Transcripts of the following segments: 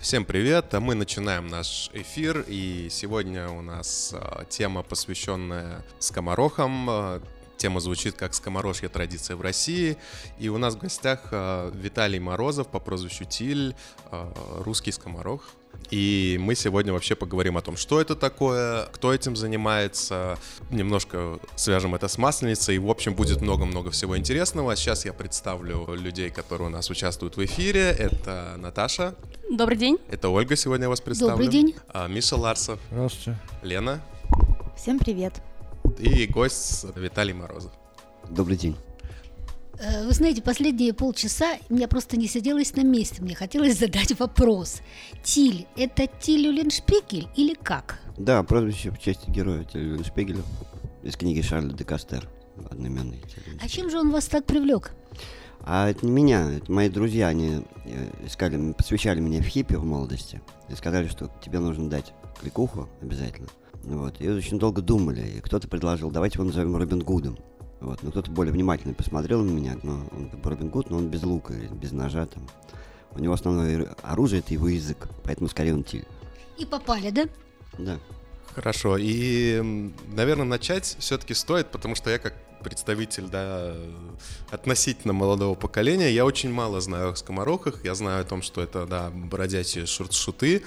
Всем привет, мы начинаем наш эфир, и сегодня у нас тема, посвященная скоморохам. Тема звучит как «Скоморожья традиция в России», и у нас в гостях Виталий Морозов по прозвищу Тиль, русский скоморох. И мы сегодня вообще поговорим о том, что это такое, кто этим занимается, немножко свяжем это с Масленицей, и в общем будет много-много всего интересного. Сейчас я представлю людей, которые у нас участвуют в эфире. Это Наташа. Добрый день. Это Ольга, сегодня я вас представлю. Добрый день. Миша Ларсов. Здравствуйте. Лена. Всем привет. И гость Виталий Морозов. Добрый день. Вы знаете, последние полчаса я просто не сиделась на месте. Мне хотелось задать вопрос. Тиль – это Тиль Улленшпигель или как? Да, прозвище в честь героя Тиля Улленшпигеля из книги Шарля де Кастер. Одноименный. А чем же он вас так привлек? А это не меня, это мои друзья. Они посвящали меня в хиппи в молодости. И сказали, что тебе нужно дать кликуху обязательно. Вот. И очень долго думали. И кто-то предложил, давайте его назовем Робин Гудом. Вот. Но кто-то более внимательно посмотрел на меня, но он Робин Гуд, но он без лука, без ножа там. У него основное оружие — это его язык, поэтому скорее он Тиль. И попали, да? Да. Хорошо, и, наверное, начать все-таки стоит, потому что я как представитель, относительно молодого поколения, я очень мало знаю о скоморохах. Я знаю о том, что это, бродячие шуты,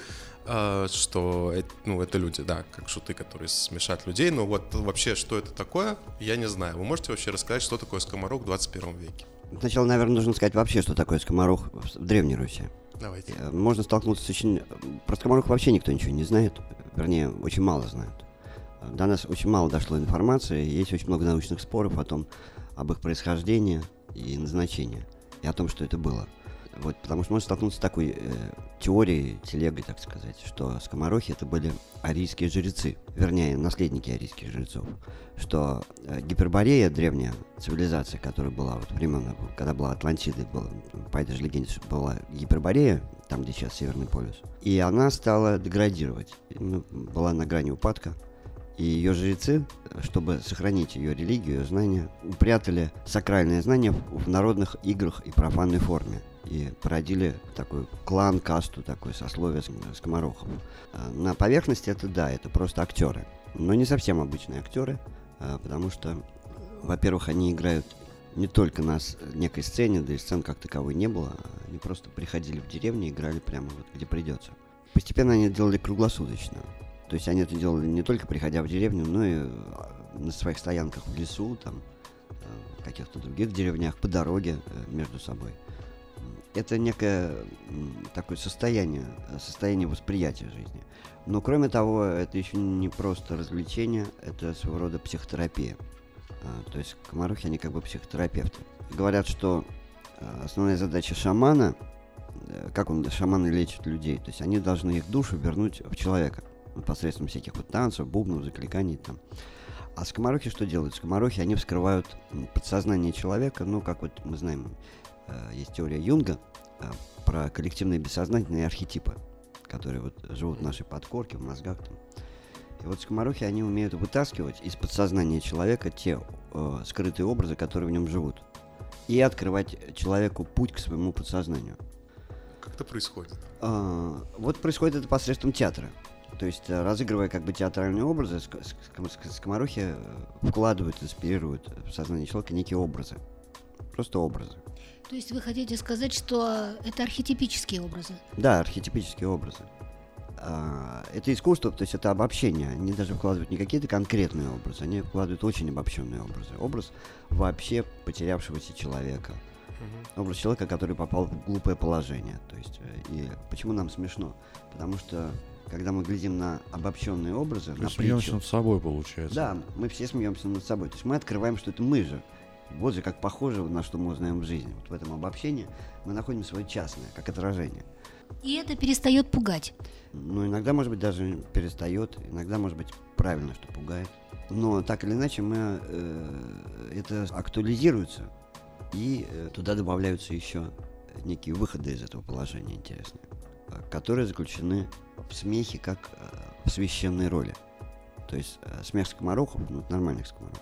что это люди, как шуты, которые смешат людей. Но вот вообще, что это такое, я не знаю. Вы можете вообще рассказать, что такое скоморох в 21 веке? Сначала, наверное, нужно сказать вообще, что такое скоморох в Древней Руси. Давайте. Можно столкнуться с очень... Про скоморох вообще никто ничего не знает. Вернее, очень мало знают. До нас очень мало дошло информации. Есть очень много научных споров об их происхождении и назначении. И о том, что это было. Вот, потому что можно столкнуться с такой теорией, телегой, так сказать, что скоморохи — это были арийские жрецы, вернее, наследники арийских жрецов, что Гиперборея, древняя цивилизация, которая была вот времен, когда была Атлантида, по этой же легенде, что была Гиперборея, там, где сейчас Северный полюс, и она стала деградировать, была на грани упадка. И ее жрецы, чтобы сохранить ее религию, ее знания, упрятали сакральные знания в народных играх и профанной форме. И породили такой клан, касту, такое сословие скоморохов. На поверхности это просто актеры. Но не совсем обычные актеры, потому что, во-первых, они играют не только на некой сцене, да и сцен как таковой не было. Они просто приходили в деревню и играли прямо вот где придется. Постепенно они это делали круглосуточно. То есть они это делали не только приходя в деревню, но и на своих стоянках в лесу, там, в каких-то других деревнях, по дороге между собой. Это некое такое состояние восприятия жизни. Но кроме того, это еще не просто развлечение, это своего рода психотерапия. То есть скоморохи, они как бы психотерапевты. Говорят, что основная задача шамана, шаманы лечат людей, то есть они должны их душу вернуть в человека посредством всяких танцев, бубнов, закликаний там. А скоморохи что делают? Скоморохи, они вскрывают подсознание человека, как вот мы знаем, есть теория Юнга про коллективные бессознательные архетипы, которые вот живут в нашей подкорке, в мозгах там. И вот скоморохи, они умеют вытаскивать из подсознания человека те скрытые образы, которые в нем живут, и открывать человеку путь к своему подсознанию. Как это происходит? Вот происходит это посредством театра. То есть, разыгрывая как бы театральные образы, скоморохи вкладывают, инспирируют в сознание человека некие образы. Просто образы. То есть вы хотите сказать, что это архетипические образы? Да, архетипические образы. Это искусство, то есть это обобщение. Они даже вкладывают не какие-то конкретные образы, они вкладывают очень обобщенные образы. Образ вообще потерявшегося человека. Образ человека, который попал в глупое положение. То есть, и почему нам смешно? Потому что когда мы глядим на обобщенные образы, мы смеемся над собой, получается. Да, мы все смеемся над собой. То есть мы открываем, что это мы же. Вот же как похоже, на что мы узнаем в жизни. Вот в этом обобщении мы находим свое частное, как отражение. И это перестает пугать? Иногда, может быть, даже перестает. Иногда, может быть, правильно, что пугает. Но так или иначе это актуализируется. И туда добавляются еще некие выходы из этого положения интересные, которые заключены в смехе как в священной роли. То есть смех скоморохов, нормальных скоморохов,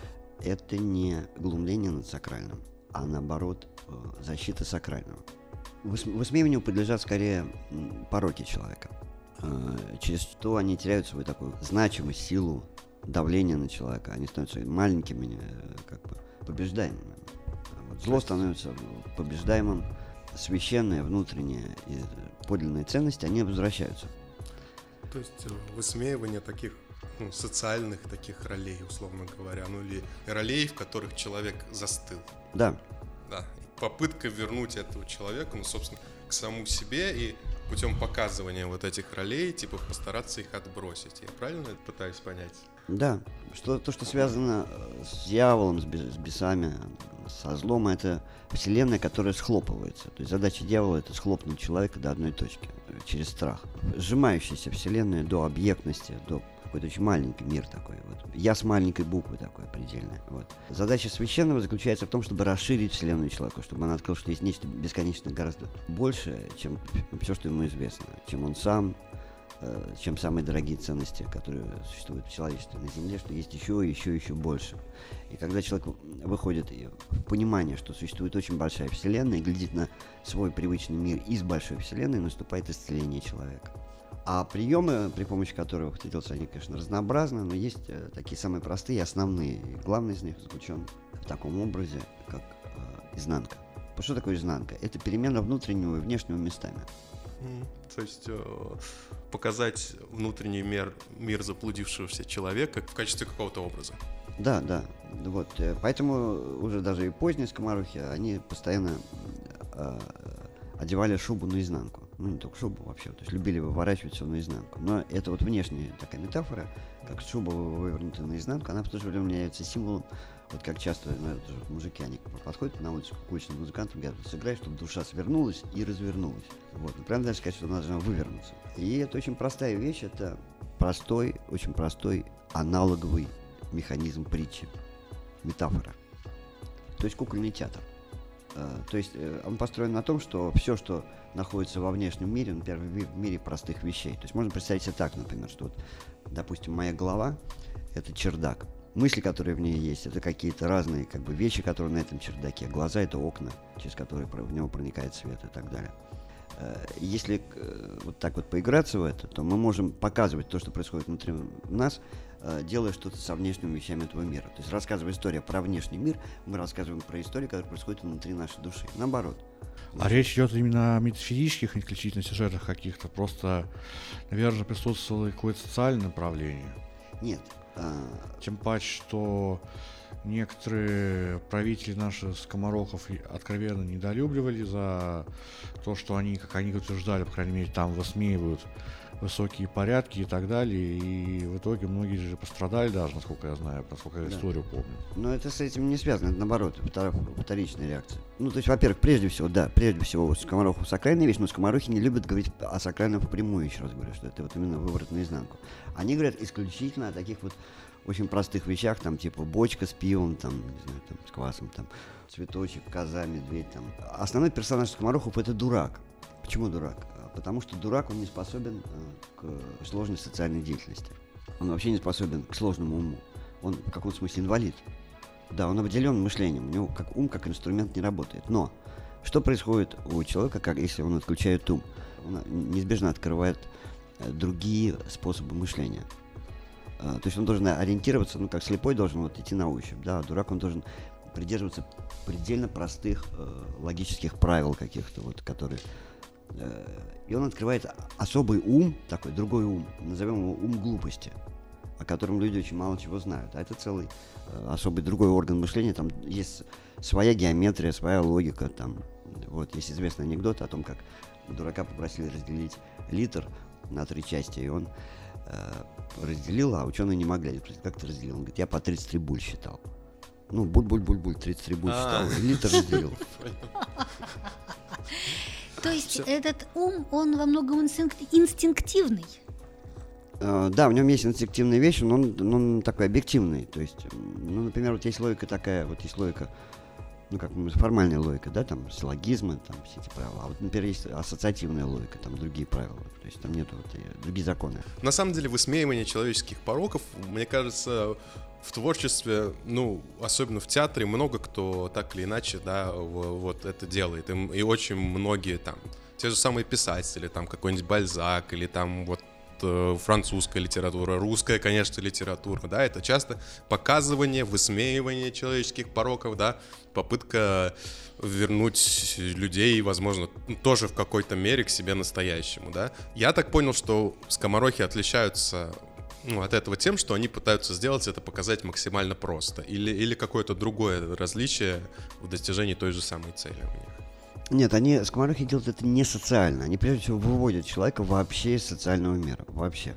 это не глумление над сакральным, а наоборот защита сакрального. Высмеиванию подлежат скорее пороки человека, через что они теряют свою такую значимость, силу, давление на человека. Они становятся маленькими, как бы побеждаемыми. Вот зло становится побеждаемым, священные, внутренние и подлинные ценности, они возвращаются. То есть высмеивание таких социальных таких ролей, условно говоря, или ролей, в которых человек застыл. Да. Да. Попытка вернуть этого человека, собственно, к самому себе и путем показывания вот этих ролей, постараться их отбросить. Я правильно это пытаюсь понять? Да. То, что связано с дьяволом, с бесами, со злом, это вселенная, которая схлопывается. То есть задача дьявола — это схлопнуть человека до одной точки, через страх. Сжимающаяся вселенная до объектности, до какой-то очень маленький мир такой. Вот. Я с маленькой буквы такой предельно. Вот. Задача священного заключается в том, чтобы расширить вселенную человека, чтобы он открыл, что есть нечто бесконечно гораздо большее, чем все, что ему известно, чем он сам, чем самые дорогие ценности, которые существуют в человечестве на Земле, что есть еще больше. И когда человек выходит в понимание, что существует очень большая вселенная, и глядит на свой привычный мир из большой вселенной, наступает исцеление человека. А приемы, при помощи которых делаются, они, конечно, разнообразны, но есть такие самые простые, основные. И главный из них заключен в таком образе, как изнанка. Что такое изнанка? Это перемена внутреннего и внешнего местами. То есть показать внутренний мир заблудившегося человека в качестве какого-то образа. Да. Вот. Поэтому уже даже и поздние скоморохи, они постоянно одевали шубу наизнанку. Не только шубу вообще, то есть любили выворачивать все наизнанку. Но это вот внешняя такая метафора, как шуба вывернута наизнанку, она в то же время является символом, вот как часто мужики, они подходят на улицу к уличным музыкантам, говорят, сыграй, чтобы душа свернулась и развернулась. Вот. Но прямо даже сказать, что она должна вывернуться. И это очень простая вещь, это очень простой аналоговый механизм притчи, метафора. То есть кукольный театр. То есть он построен на том, что все, что находится во внешнем мире, например, в мире простых вещей. То есть можно представить себе так, например, что вот, допустим, моя голова — это чердак. Мысли, которые в ней есть, это какие-то разные вещи, которые на этом чердаке. Глаза — это окна, через которые в него проникает свет и так далее. Если вот так вот поиграться в это, то мы можем показывать то, что происходит внутри нас, делая что-то со внешними вещами этого мира. То есть, рассказывая историю про внешний мир, мы рассказываем про историю, которая происходит внутри нашей души. Наоборот. А речь идет именно о метафизических, исключительно сюжетах каких-то. Просто, наверное, присутствовало какое-то социальное направление. Нет. Тем паче, что некоторые правители наших скоморохов откровенно недолюбливали за то, что они, как они утверждали, по крайней мере, там высмеивают высокие порядки и так далее, и в итоге многие же пострадали даже, насколько я знаю, насколько я историю помню. Но это с этим не связано, это наоборот, вторичная реакция. То есть, во-первых, прежде всего, скоморохов сакральная вещь, но скоморохи не любят говорить о сакральном впрямую, еще раз говорю, что это вот именно выворот наизнанку. Они говорят исключительно о таких вот очень простых вещах, там, типа бочка с пивом, там, не знаю, там, с квасом, там, цветочек, коза, медведь, там. Основной персонаж скоморохов — это дурак. Почему дурак? Потому что дурак, он не способен к сложной социальной деятельности. Он вообще не способен к сложному уму. Он в каком-то смысле инвалид. Да, он обделен мышлением, у него ум как инструмент не работает. Но что происходит у человека, если он отключает ум? Он неизбежно открывает другие способы мышления. То есть он должен ориентироваться, как слепой должен идти на ощупь. Да, дурак, он должен придерживаться предельно простых логических правил каких-то, которые... И он открывает особый ум, такой другой ум, назовем его ум глупости, о котором люди очень мало чего знают. А это целый особый другой орган мышления, там есть своя геометрия, своя логика. Там. Вот, есть известный анекдот о том, как дурака попросили разделить литр на 3 части, и он разделил, а ученые не могли. Как ты разделил? Он говорит, я по 33 буль считал. Буль-буль-буль-буль, 33 буль считал, и литр разделил. То есть этот ум, он во многом инстинктивный? Да, в нем есть инстинктивные вещи, но он такой объективный. То есть, например, вот есть логика такая, есть логика, как формальная логика, да, там силлогизмы, там все эти правила. А вот, например, есть ассоциативная логика, там другие правила. То есть там нету другие законы. На самом деле высмеивание человеческих пороков, мне кажется, в творчестве, ну, особенно в театре, много кто так или иначе, да, вот это делает. И очень многие там, те же самые писатели, там какой-нибудь Бальзак или там вот французская литература, русская, конечно, литература, да, это часто показывание, высмеивание человеческих пороков, да, попытка вернуть людей, возможно, тоже в какой-то мере к себе настоящему, да. Я так понял, что скоморохи отличаются от этого тем, что они пытаются сделать это, показать максимально просто, или какое-то другое различие в достижении той же самой цели у них. Нет, скоморохи делают это не социально. Они, прежде всего, выводят человека вообще из социального мира. Вообще.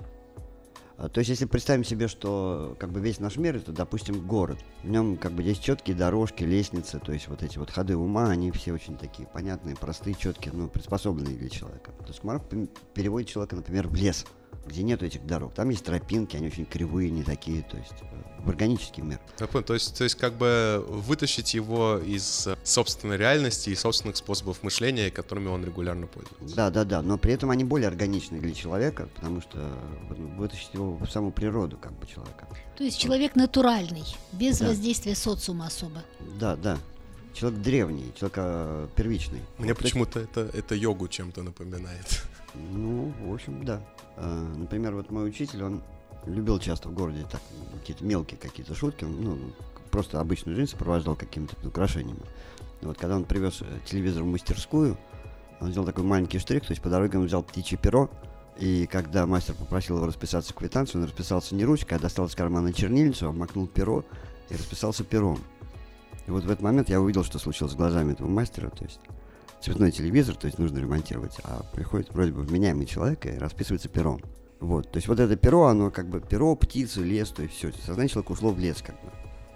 То есть, если представим себе, что как бы весь наш мир — это, допустим, город. В нем как бы есть четкие дорожки, лестницы, то есть вот эти вот ходы ума, они все очень такие понятные, простые, четкие, ну, приспособленные для человека. То есть скоморох переводит человека, например, в лес, где нету этих дорог. Там есть тропинки, они очень кривые, не такие, то есть в органический мир. То есть как бы вытащить его из собственной реальности и собственных способов мышления, которыми он регулярно пользуется. Да, но при этом они более органичны для человека, потому что вытащить его в саму природу как бы человека. То есть человек натуральный, без воздействия социума особо. Да. Человек древний, человек первичный. Мне почему-то это йогу чем-то напоминает. Ну, в общем, да. Например, вот мой учитель, он любил часто в городе так какие-то мелкие какие-то шутки, ну, просто обычную жизнь сопровождал какими-то украшениями. И вот когда он привез телевизор в мастерскую, он сделал такой маленький штрих, то есть по дороге он взял птичье перо, и когда мастер попросил его расписаться в квитанцию, он расписался не ручкой, а достал из кармана чернильницу, обмакнул перо и расписался пером. И вот в этот момент я увидел, что случилось с глазами этого мастера, то есть цветной телевизор, то есть нужно ремонтировать, а приходит вроде бы вменяемый человек и расписывается пером. Вот, то есть вот это перо, оно как бы перо, птицы, лес, то есть все, сознание человека ушло в лес как бы.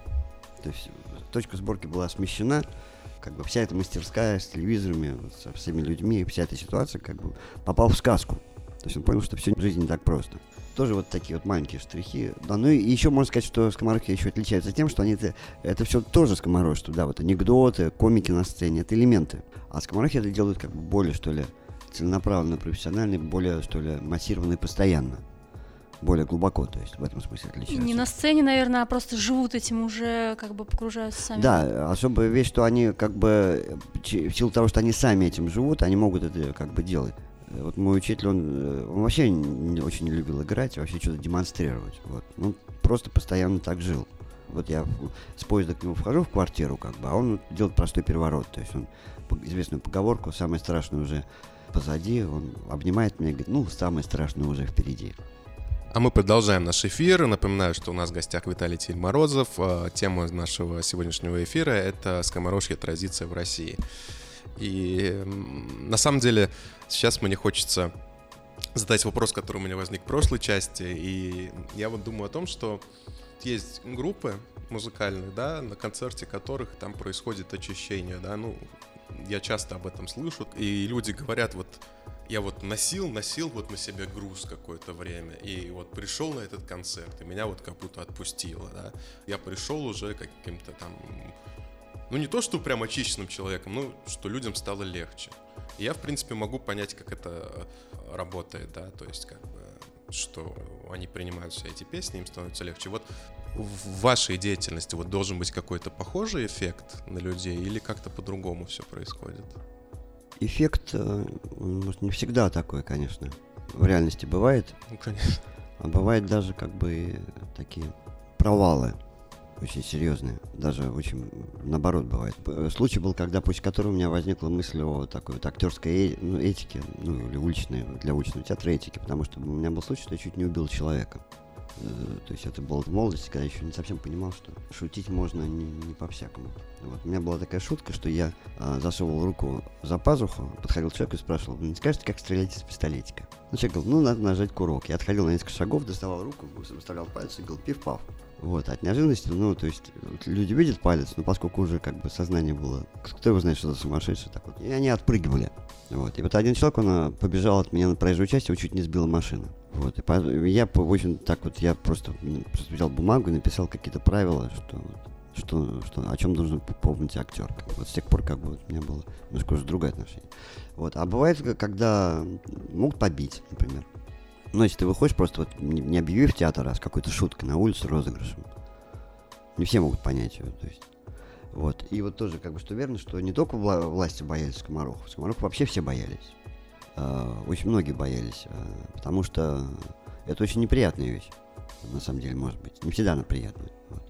То есть точка сборки была смещена, как бы вся эта мастерская с телевизорами, со всеми людьми, вся эта ситуация как бы попала в сказку. То есть он понял, что все в жизни не так просто. Тоже вот такие вот маленькие штрихи. Да, ну и еще можно сказать, что скоморохи еще отличаются тем, что они это все тоже скоморожество, да, вот анекдоты, комики на сцене, это элементы. А скоморохи это делают как бы более, что ли, целенаправленно, профессионально, более, что ли, массированно и постоянно. Более глубоко, то есть в этом смысле отличаются. Не на сцене, наверное, а просто живут этим уже, как бы погружаются сами. Да, особая вещь, что они как бы, в силу того, что они сами этим живут, они могут это как бы делать. Вот мой учитель, он вообще очень не любил играть, вообще что-то демонстрировать. Вот. Ну, просто постоянно так жил. Вот я с поезда к нему вхожу в квартиру, как бы, а он делает простой переворот. То есть он известную поговорку «самое страшное уже позади», он обнимает меня и говорит: ну, самое страшное уже впереди. А мы продолжаем наш эфир. Напоминаю, что у нас в гостях Виталий Тиль-Морозов. Тема нашего сегодняшнего эфира — это скоморожья традиция в России. И на самом деле сейчас мне хочется задать вопрос, который у меня возник в прошлой части. И я вот думаю о том, что есть группы музыкальные, да, на концерте которых там происходит очищение, да, ну, я часто об этом слышу, и люди говорят: вот я вот носил вот на себе груз какое-то время, и вот пришел на этот концерт, и меня вот как будто отпустило, да, я пришел уже каким-то там, ну, не то, что прям очищенным человеком, ну, что людям стало легче. И я, в принципе, могу понять, как это работает, да, то есть, как бы, что они принимают все эти песни, им становится легче. Вот в вашей деятельности вот должен быть какой-то похожий эффект на людей или как-то по-другому все происходит? Эффект, может, не всегда такой, конечно. В реальности бывает. Ну, конечно. А бывает даже как бы такие провалы очень серьезные. Даже очень наоборот бывает. Случай был, когда после которого у меня возникла мысль о такой вот актерской этике, ну или уличной, для уличного театра этики, потому что у меня был случай, что я чуть не убил человека. То есть это было в молодости, когда я еще не совсем понимал, что шутить можно не по-всякому. Вот. У меня была такая шутка, что я засовывал руку за пазуху, подходил к человеку и спрашивал: вы не скажете, как стрелять из пистолетика? Ну, человек говорил: ну, надо нажать курок. Я отходил на несколько шагов, доставал руку, выставлял пальцы и говорил: пиф-паф. Вот, от неожиданности, ну, то есть люди видят палец, но поскольку уже как бы сознание было, кто его знает, что за сумасшедший, так вот, и они отпрыгивали. Вот, и вот один человек, он побежал от меня на проезжую часть, его чуть не сбила машина. Вот, и я, в общем, так вот, я просто взял бумагу и написал какие-то правила, что о чем должен помнить актер. Вот с тех пор как бы вот у меня было немножко уже другое отношение. Вот, а бывает, когда могут побить, например. Ну, если ты выходишь просто вот не объявив театр, а с какой-то шуткой на улицу, розыгрышем, Не все могут понять ее. То есть, вот. И вот тоже как бы что верно, что не только власти боялись скоморохов. Скоморохов вообще все боялись. Очень многие боялись. Потому что это очень неприятная вещь. На самом деле, может быть. Не всегда она приятная. Вот.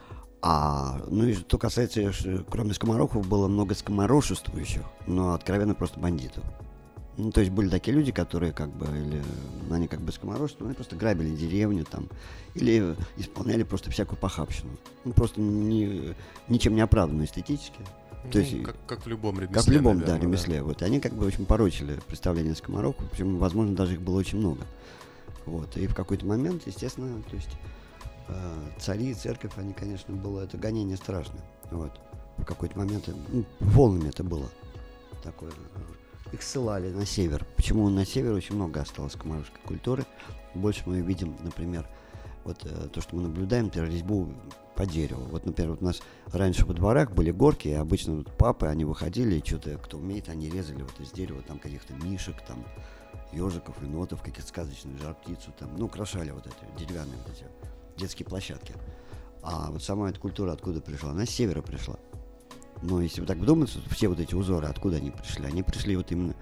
Ну и что касается, кроме скоморохов, было много скоморошествующих, но откровенно просто бандитов. Ну, то есть были такие люди, которые как бы, они как бы скоморошествовали, они просто грабили деревню там, или исполняли просто всякую похабщину. Ну, просто ничем не оправданную эстетически. То есть, как в любом ремесле. Как в любом, наверное, да, ремесле. Вот. И они как бы очень порочили представление скоморохов, причем, возможно, даже их было очень много. Вот. И в какой-то момент, естественно, то есть цари и церковь, они, конечно, было это гонение страшное. Вот. В какой-то момент, волнами это было такое. Их ссылали на север. Почему на севере очень много осталось скоморожской культуры. Больше мы видим, например, вот то, что мы наблюдаем, например, резьбу по дереву. Вот, например, вот у нас раньше во дворах были горки, и обычно вот папы, они выходили, и что-то, кто умеет, они резали вот из дерева там каких-то мишек, там, ежиков, енотов, каких-то сказочных, жар-птицу, там, ну, украшали вот эти деревянные вот эти детские площадки. А вот сама эта культура откуда пришла? Она с севера пришла. Но если вы так вдуматься, все вот эти узоры, откуда они пришли? Они пришли вот именно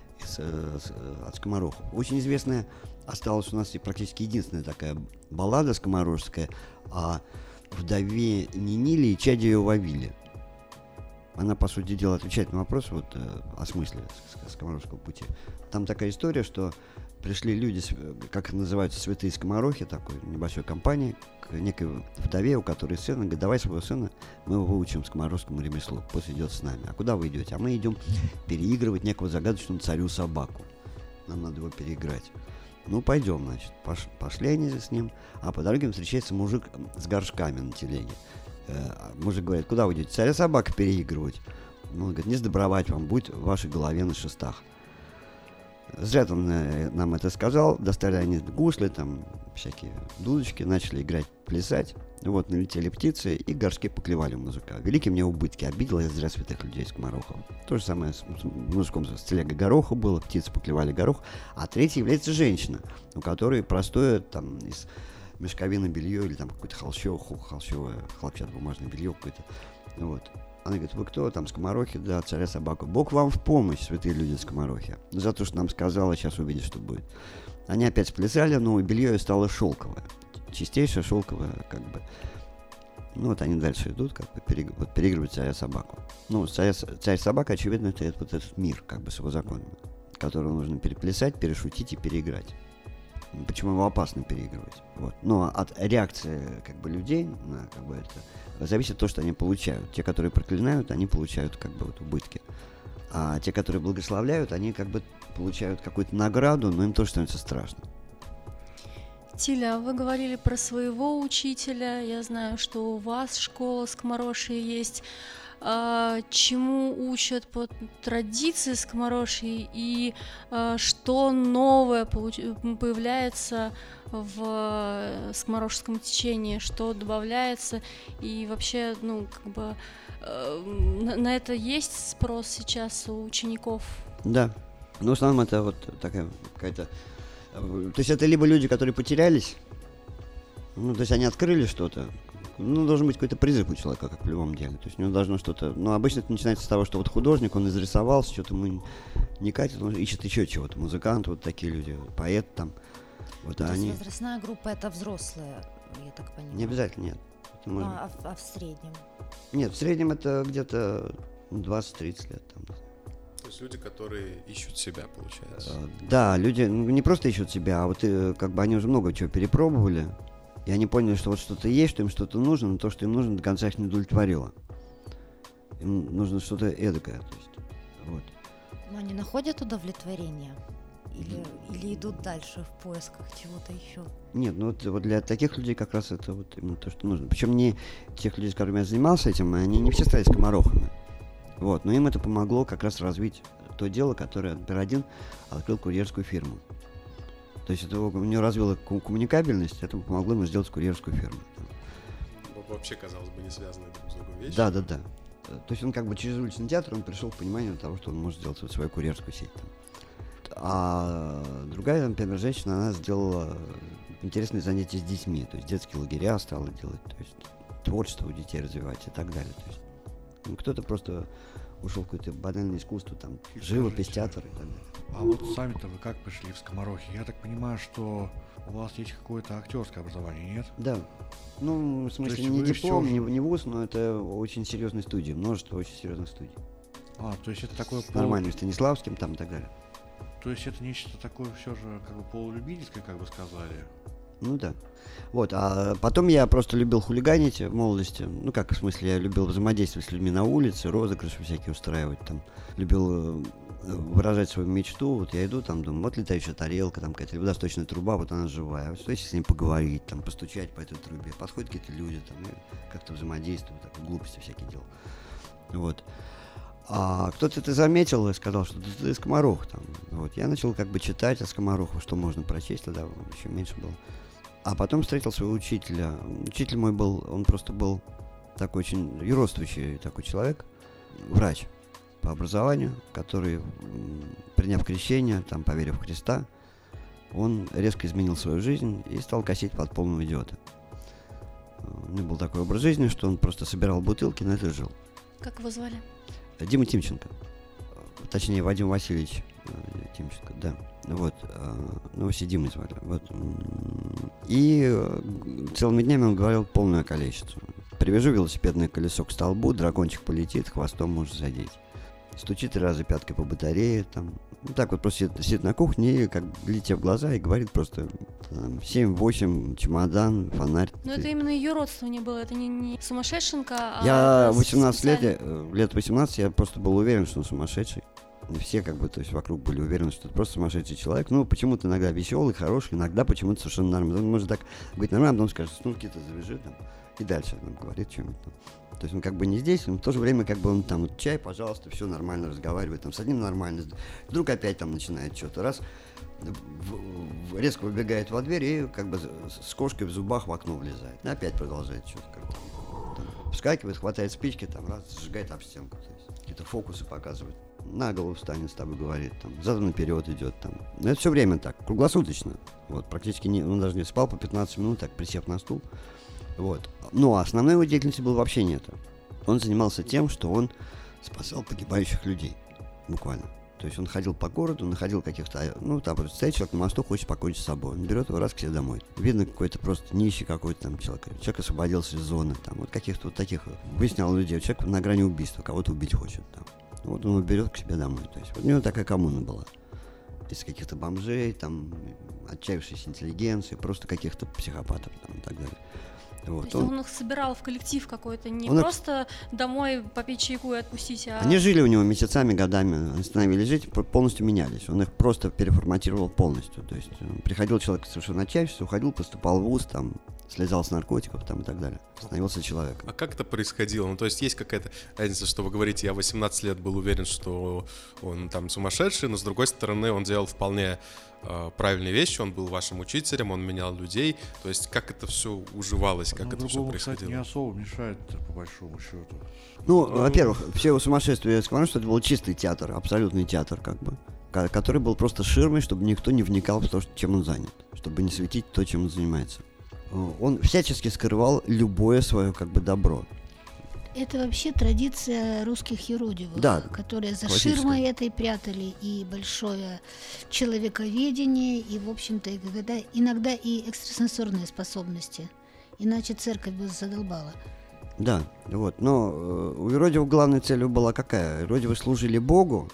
от скоморохов. Очень известная осталась у нас и практически единственная такая баллада скоморожская о вдове Ниниле и чаде ее Вавиле. Она, по сути дела, отвечает на вопрос вот, о смысле скоморожского пути. Там такая история, что пришли люди, как называются, святые скоморохи, такой небольшой компании, к некой вдове, у которой сын, говорит, давай своего сына, мы его выучим скоморожскому ремеслу, пусть идет с нами. А куда вы идете? А мы идем переигрывать некого загадочного царю собаку. Нам надо его переиграть. Ну, пойдем, значит. Пошли они с ним, а по дороге встречается мужик с горшками на телеге. Мужик говорит, куда вы идете? Царя собака переигрывать. Он говорит, не сдобровать вам, будет в вашей голове на шестах. Зря он нам это сказал. Достали они гусли, там всякие дудочки, начали играть, плясать. Вот, налетели птицы, и горшки поклевали мужика. Великие мне убытки. Обидел я зря святых людей скоморохов. То же самое с мужиком с телегой гороха было. Птицы поклевали горох. А третий является женщина, у которой простое там из мешковины белье или там какое-то холщовое, хлопчатобумажное белье какое-то. Вот. Она говорит, вы кто? Там скоморохи? Да, царя собаку. Бог вам в помощь, святые люди скоморохи. За то, что нам сказала, сейчас увидишь, что будет. Они опять сплясали, но белье стало шелковое. Чистейшее шелковое, как бы. Ну, вот они дальше идут, как бы переигрывают царя собаку. Ну, царь собака, очевидно, это вот этот мир, как бы с его законами, который нужно переплясать, перешутить и переиграть. Почему его опасно переигрывать? Вот. Но от реакции как бы людей на как бы это зависит то, что они получают. Те, которые проклинают, они получают как бы вот убытки. А те, которые благословляют, они как бы получают какую-то награду, но им тоже становится страшно. Тиля, вы говорили про своего учителя. Я знаю, что у вас школа скоморошья есть. Чему учат по традиции скоморошьей и что новое появляется в скоморошском течении, что добавляется и вообще, ну, как бы на это есть спрос сейчас у учеников? Да, но в основном это вот такая какая-то... То есть это либо люди, которые потерялись, ну, то есть они открыли что-то. Ну, должен быть какой-то призыв у человека, как в любом деле. То есть у него должно что-то... Ну, обычно это начинается с того, что вот художник, он изрисовался, что-то ему не катит, он ищет еще чего-то. Музыкант, вот такие люди, поэт там. Вот, то они... есть возрастная группа это взрослые, я так понимаю? Не обязательно, нет. А в среднем? Нет, в среднем это где-то 20-30 лет. Там. То есть люди, которые ищут себя, получается. Да, люди не просто ищут себя, а вот как бы они уже много чего перепробовали. И они поняли, что вот что-то есть, что им что-то нужно, но то, что им нужно, до конца их не удовлетворило. Им нужно что-то эдакое. То есть, вот. Но они находят удовлетворение? Или идут дальше в поисках чего-то еще? Нет, ну вот для таких людей как раз это вот именно то, что нужно. Причем не тех людей, с которыми я занимался этим, они не все стали скоморохами. Вот, но им это помогло как раз развить то дело, которое, например, один открыл курьерскую фирму. То есть это у него развило коммуникабельность, это помогло ему сделать курьерскую фирму. Вообще, казалось бы, не связанные друг с другом вещи. Да. То есть он как бы через уличный театр он пришел к пониманию того, что он может сделать вот свою курьерскую сеть. А другая, например, женщина, она сделала интересные занятия с детьми, то есть детские лагеря стала делать. То есть творчество у детей развивать и так далее. То есть, кто-то просто ушел в какое-то банальное искусство, там, живопись, театр и так далее. А вот сами-то вы как пришли в скоморохи? Я так понимаю, что у вас есть какое-то актерское образование, нет? Да. Ну, в смысле, есть не вы диплом, всё же- не вуз, но это очень серьезные студии, множество очень серьезных студий. То есть это такое С нормальным Станиславским там и так далее. То есть это нечто такое все же как бы полулюбительское, как бы сказали. Ну да. Вот, а потом я просто любил хулиганить в молодости. Ну как, в смысле, я любил взаимодействовать с людьми на улице, розыгрыши всякие устраивать там. Любил выражать свою мечту. Вот я иду, там, думаю, вот летающая тарелка, там какая-то водосточная труба, вот она живая. Вот если с ним поговорить, там, постучать по этой трубе. Подходят какие-то люди, там, и как-то взаимодействуют, так, глупости всякие делал. Вот. А кто-то это заметил и сказал, что ты скоморох там. Вот. Я начал как бы читать о скоморохах, что можно прочесть, тогда еще меньше было. А потом встретил своего учителя. Учитель мой был, он просто был такой очень юродствующий такой человек, врач по образованию, который, приняв крещение, там, поверив в Христа, он резко изменил свою жизнь и стал косить под полного идиота. У него был такой образ жизни, что он просто собирал бутылки, на это жил. Как его звали? Дима Тимченко. Точнее, Вадим Васильевич Тимченко, да. Вот. Ну, все Димой звали. Вот. И целыми днями он говорил полную околесицу. Привяжу велосипедное колесо к столбу, дракончик полетит, хвостом может задеть. Стучит 3 раза пяткой по батарее, там. Ну, так вот просто сидит на кухне и, как глядя в глаза, и говорит просто 7-8, чемодан, фонарь. Но это именно ее родственник было, это не сумасшедшенка, а... Я это 18 лет, специально. лет 18, я просто был уверен, что он сумасшедший. Все как бы, то есть вокруг были уверены, что это просто сумасшедший человек. Ну, почему-то иногда веселый, хороший, иногда почему-то совершенно нормально. Он может так говорить нормально, потом скажет, снурки-то завяжи там. И дальше нам говорит что-нибудь там. То есть он как бы не здесь, но в то же время как бы он там вот, чай, пожалуйста, все нормально разговаривает, там с одним нормально, вдруг опять там начинает что-то, раз резко выбегает во дверь и как бы с кошкой в зубах в окно влезает, и опять продолжает что-то как-то. Там, вскакивает, хватает спички, там раз, сжигает об стенку, то есть какие-то фокусы показывает, на голову встанет, с тобой говорит, там, задом наперед идет, там. Но это все время так, круглосуточно, вот, практически не, он даже не спал по 15 минут, так, присев на стул. Вот. Ну, а основной его деятельности было вообще нет. Он занимался тем, что он спасал погибающих людей. Буквально. То есть он ходил по городу, находил каких-то... Ну, там просто стоит человек на мосту, хочет покончить с собой. Он берет его раз к себе домой. Видно, какой-то просто нищий какой-то там человек. Человек освободился из зоны. Там, вот каких-то вот таких... Выяснял людей. Человек на грани убийства, кого-то убить хочет. Там. Вот он его берет к себе домой. То есть вот у него такая коммуна была. Из каких-то бомжей, там, отчаявшейся интеллигенции, просто каких-то психопатов там, и так далее. Вот. То есть он их собирал в коллектив какой-то, не он просто домой попить чайку и отпустить, а... Они жили у него месяцами, годами, они становились жить, полностью менялись. Он их просто переформатировал полностью. То есть приходил человек совершенно отчаявшийся, уходил, поступал в вуз, там, слезал с наркотиков там, и так далее. Становился человеком. А как это происходило? Ну, то есть есть какая-то разница, что вы говорите, я 18 лет был уверен, что он там сумасшедший, но с другой стороны он делал вполне правильные вещи, он был вашим учителем, он менял людей. То есть как это все уживалось, как это все другому, происходило? кстати, не особо мешает, по большому счету. Ну, во-первых, все его сумасшествие, я скажу, что это был чистый театр, абсолютный театр, как бы, который был просто ширмой, чтобы никто не вникал в то, чем он занят, чтобы не светить то, чем он занимается. Он всячески скрывал любое свое как бы добро. Это вообще традиция русских юродивых, Да, которые за классическая. ширмой этой прятали и большое человековедение, и, в общем-то, иногда и экстрасенсорные способности. Иначе церковь бы задолбала. Да, вот. Но у юродивых главной целью была какая? Юродивы служили Богу,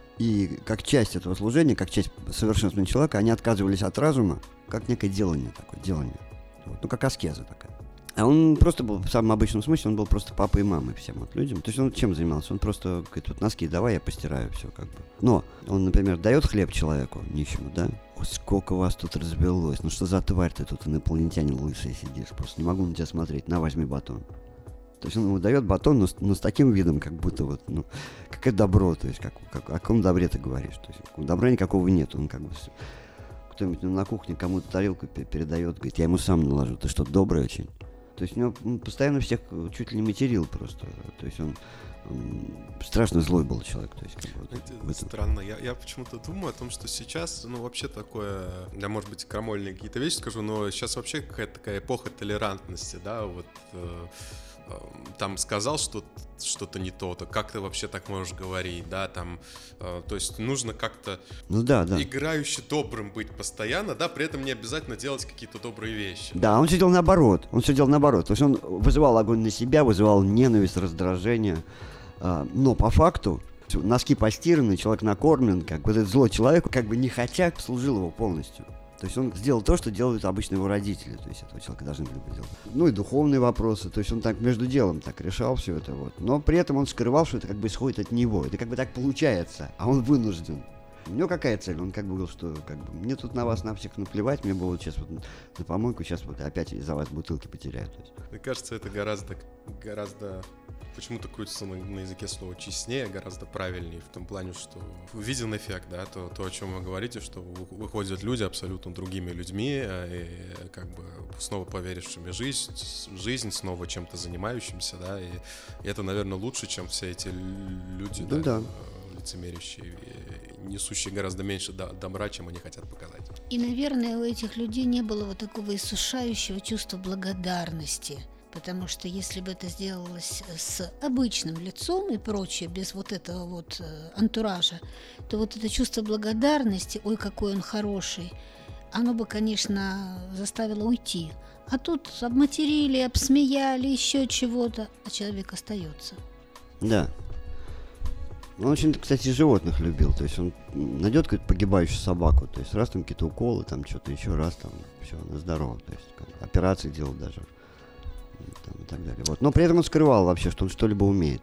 и как часть этого служения, как часть совершенствования человека, они отказывались от разума, как некое делание такое, делание. Вот. Ну, как аскеза такая. А он просто был, в самом обычном смысле, он был просто папой и мамой всем вот людям. То есть он чем занимался? Он просто говорит, вот носки давай, я постираю все как бы. Но он, например, дает хлеб человеку, нищему, да? Ой, сколько вас тут развелось, ну что за тварь ты тут, инопланетянин лысый сидишь, просто не могу на тебя смотреть, на, возьми батон. То есть он ему дает батон, но с таким видом, как будто вот, ну, какое добро, то есть о каком добре ты говоришь. То есть добра никакого нет, он как бы... Кто-нибудь на кухне кому-то тарелку передает, говорит, я ему сам наложу, ты что, добрый очень? То есть у него постоянно всех чуть ли не материл просто. То есть он страшно злой был человек. То есть, странно. Я почему-то думаю о том, что сейчас, вообще такое, я, может быть, крамольные какие-то вещи скажу, но сейчас вообще какая-то такая эпоха толерантности, да, вот там сказал что-то не то, как ты вообще так можешь говорить, да, там, то есть нужно как-то играюще добрым быть постоянно, да, при этом не обязательно делать какие-то добрые вещи. Да, он все делал наоборот, то есть он вызывал огонь на себя, вызывал ненависть, раздражение, но по факту носки постираны, человек накормлен, как бы этот злой человек, как бы не хотя, служил его полностью. То есть он сделал то, что делают обычно его родители. То есть этого человека должны были бы делать. И духовные вопросы. То есть он так между делом так решал все это. Но при этом он скрывал, что это как бы исходит от него. Это как бы так получается. А он вынужден. У него какая цель? Он как бы говорил, что мне тут на вас на всех наплевать. Мне было сейчас на помойку, сейчас опять из-за вас бутылки потеряю. Мне кажется, это гораздо почему-то крутится на языке слово честнее, гораздо правильнее, в том плане, что виден эффект, да, то, о чем вы говорите, что выходят люди абсолютно другими людьми, и как бы снова поверившими в жизнь, снова чем-то занимающимся, да, и это, наверное, лучше, чем все эти люди, лицемерящие, несущие гораздо меньше добра, чем они хотят показать. И, наверное, у этих людей не было такого иссушающего чувства благодарности. Потому что если бы это сделалось с обычным лицом и прочее, без этого антуража, то это чувство благодарности, ой, какой он хороший, оно бы, конечно, заставило уйти. А тут обматерили, обсмеяли, еще чего-то, а человек остается. Да. Он очень, кстати, животных любил. То есть он найдет какую-то погибающую собаку, то есть раз там какие-то уколы, там что-то еще раз, там все, на здорово. То есть операции делал даже. И так далее. Но при этом он скрывал вообще, что он что-либо умеет.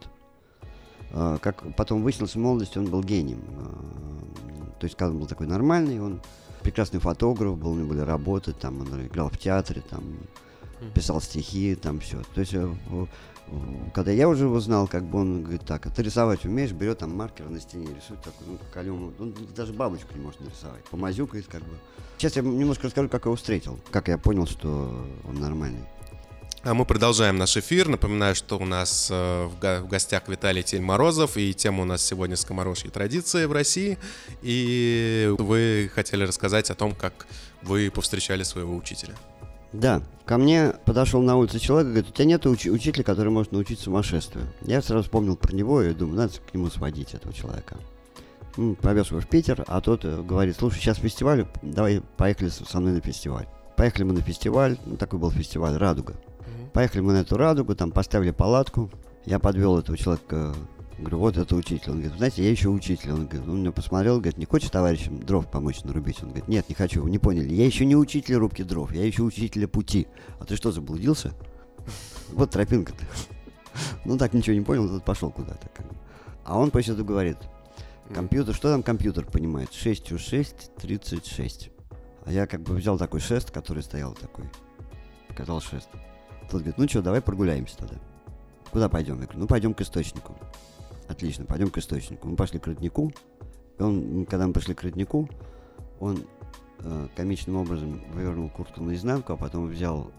Как потом выяснилось, в молодости он был гением. То есть, когда он был такой нормальный, он прекрасный фотограф был, у него были работы, там он играл в театре, там писал стихи, там все. То есть, когда я уже его знал, он говорит, так, а ты рисовать умеешь, берет там маркер на стене, рисует такой, калём, он даже бабочку не может нарисовать, помазюкает как бы. Сейчас я немножко расскажу, как я его встретил, как я понял, что он нормальный. А мы продолжаем наш эфир. Напоминаю, что у нас в гостях Виталий Тель-Морозов, и тема у нас сегодня скоморожьи традиции в России. И вы хотели рассказать о том, как вы повстречали своего учителя. Да, ко мне подошел на улице человек и говорит, у тебя нет учителя, который может научить сумасшествию. Я сразу вспомнил про него и думаю, надо к нему сводить этого человека. Повез его в Питер, а тот говорит, слушай, сейчас фестиваль, давай поехали со мной на фестиваль. Поехали мы на фестиваль, такой был фестиваль «Радуга». Поехали мы на эту «Радугу», там поставили палатку. Я подвел этого человека, говорю, вот это учитель. Он говорит, знаете, я еще учитель. Он меня посмотрел, говорит, не хочешь товарищам дров помочь нарубить? Он говорит, нет, не хочу, вы не поняли. Я еще не учитель рубки дров, я еще учителя пути. А ты что, заблудился? Вот тропинка-то. Так ничего не понял, тут пошел куда-то. А он после этого говорит, компьютер, что там компьютер понимает? 6 6, 36. А я взял такой шест, который стоял такой, показал шест. Тот говорит, ну что, давай прогуляемся тогда. Куда пойдем? Я говорю, пойдем к источнику. Отлично, пойдем к источнику. Мы пошли к роднику. И когда мы пришли к роднику, он комичным образом вывернул куртку наизнанку, а потом взял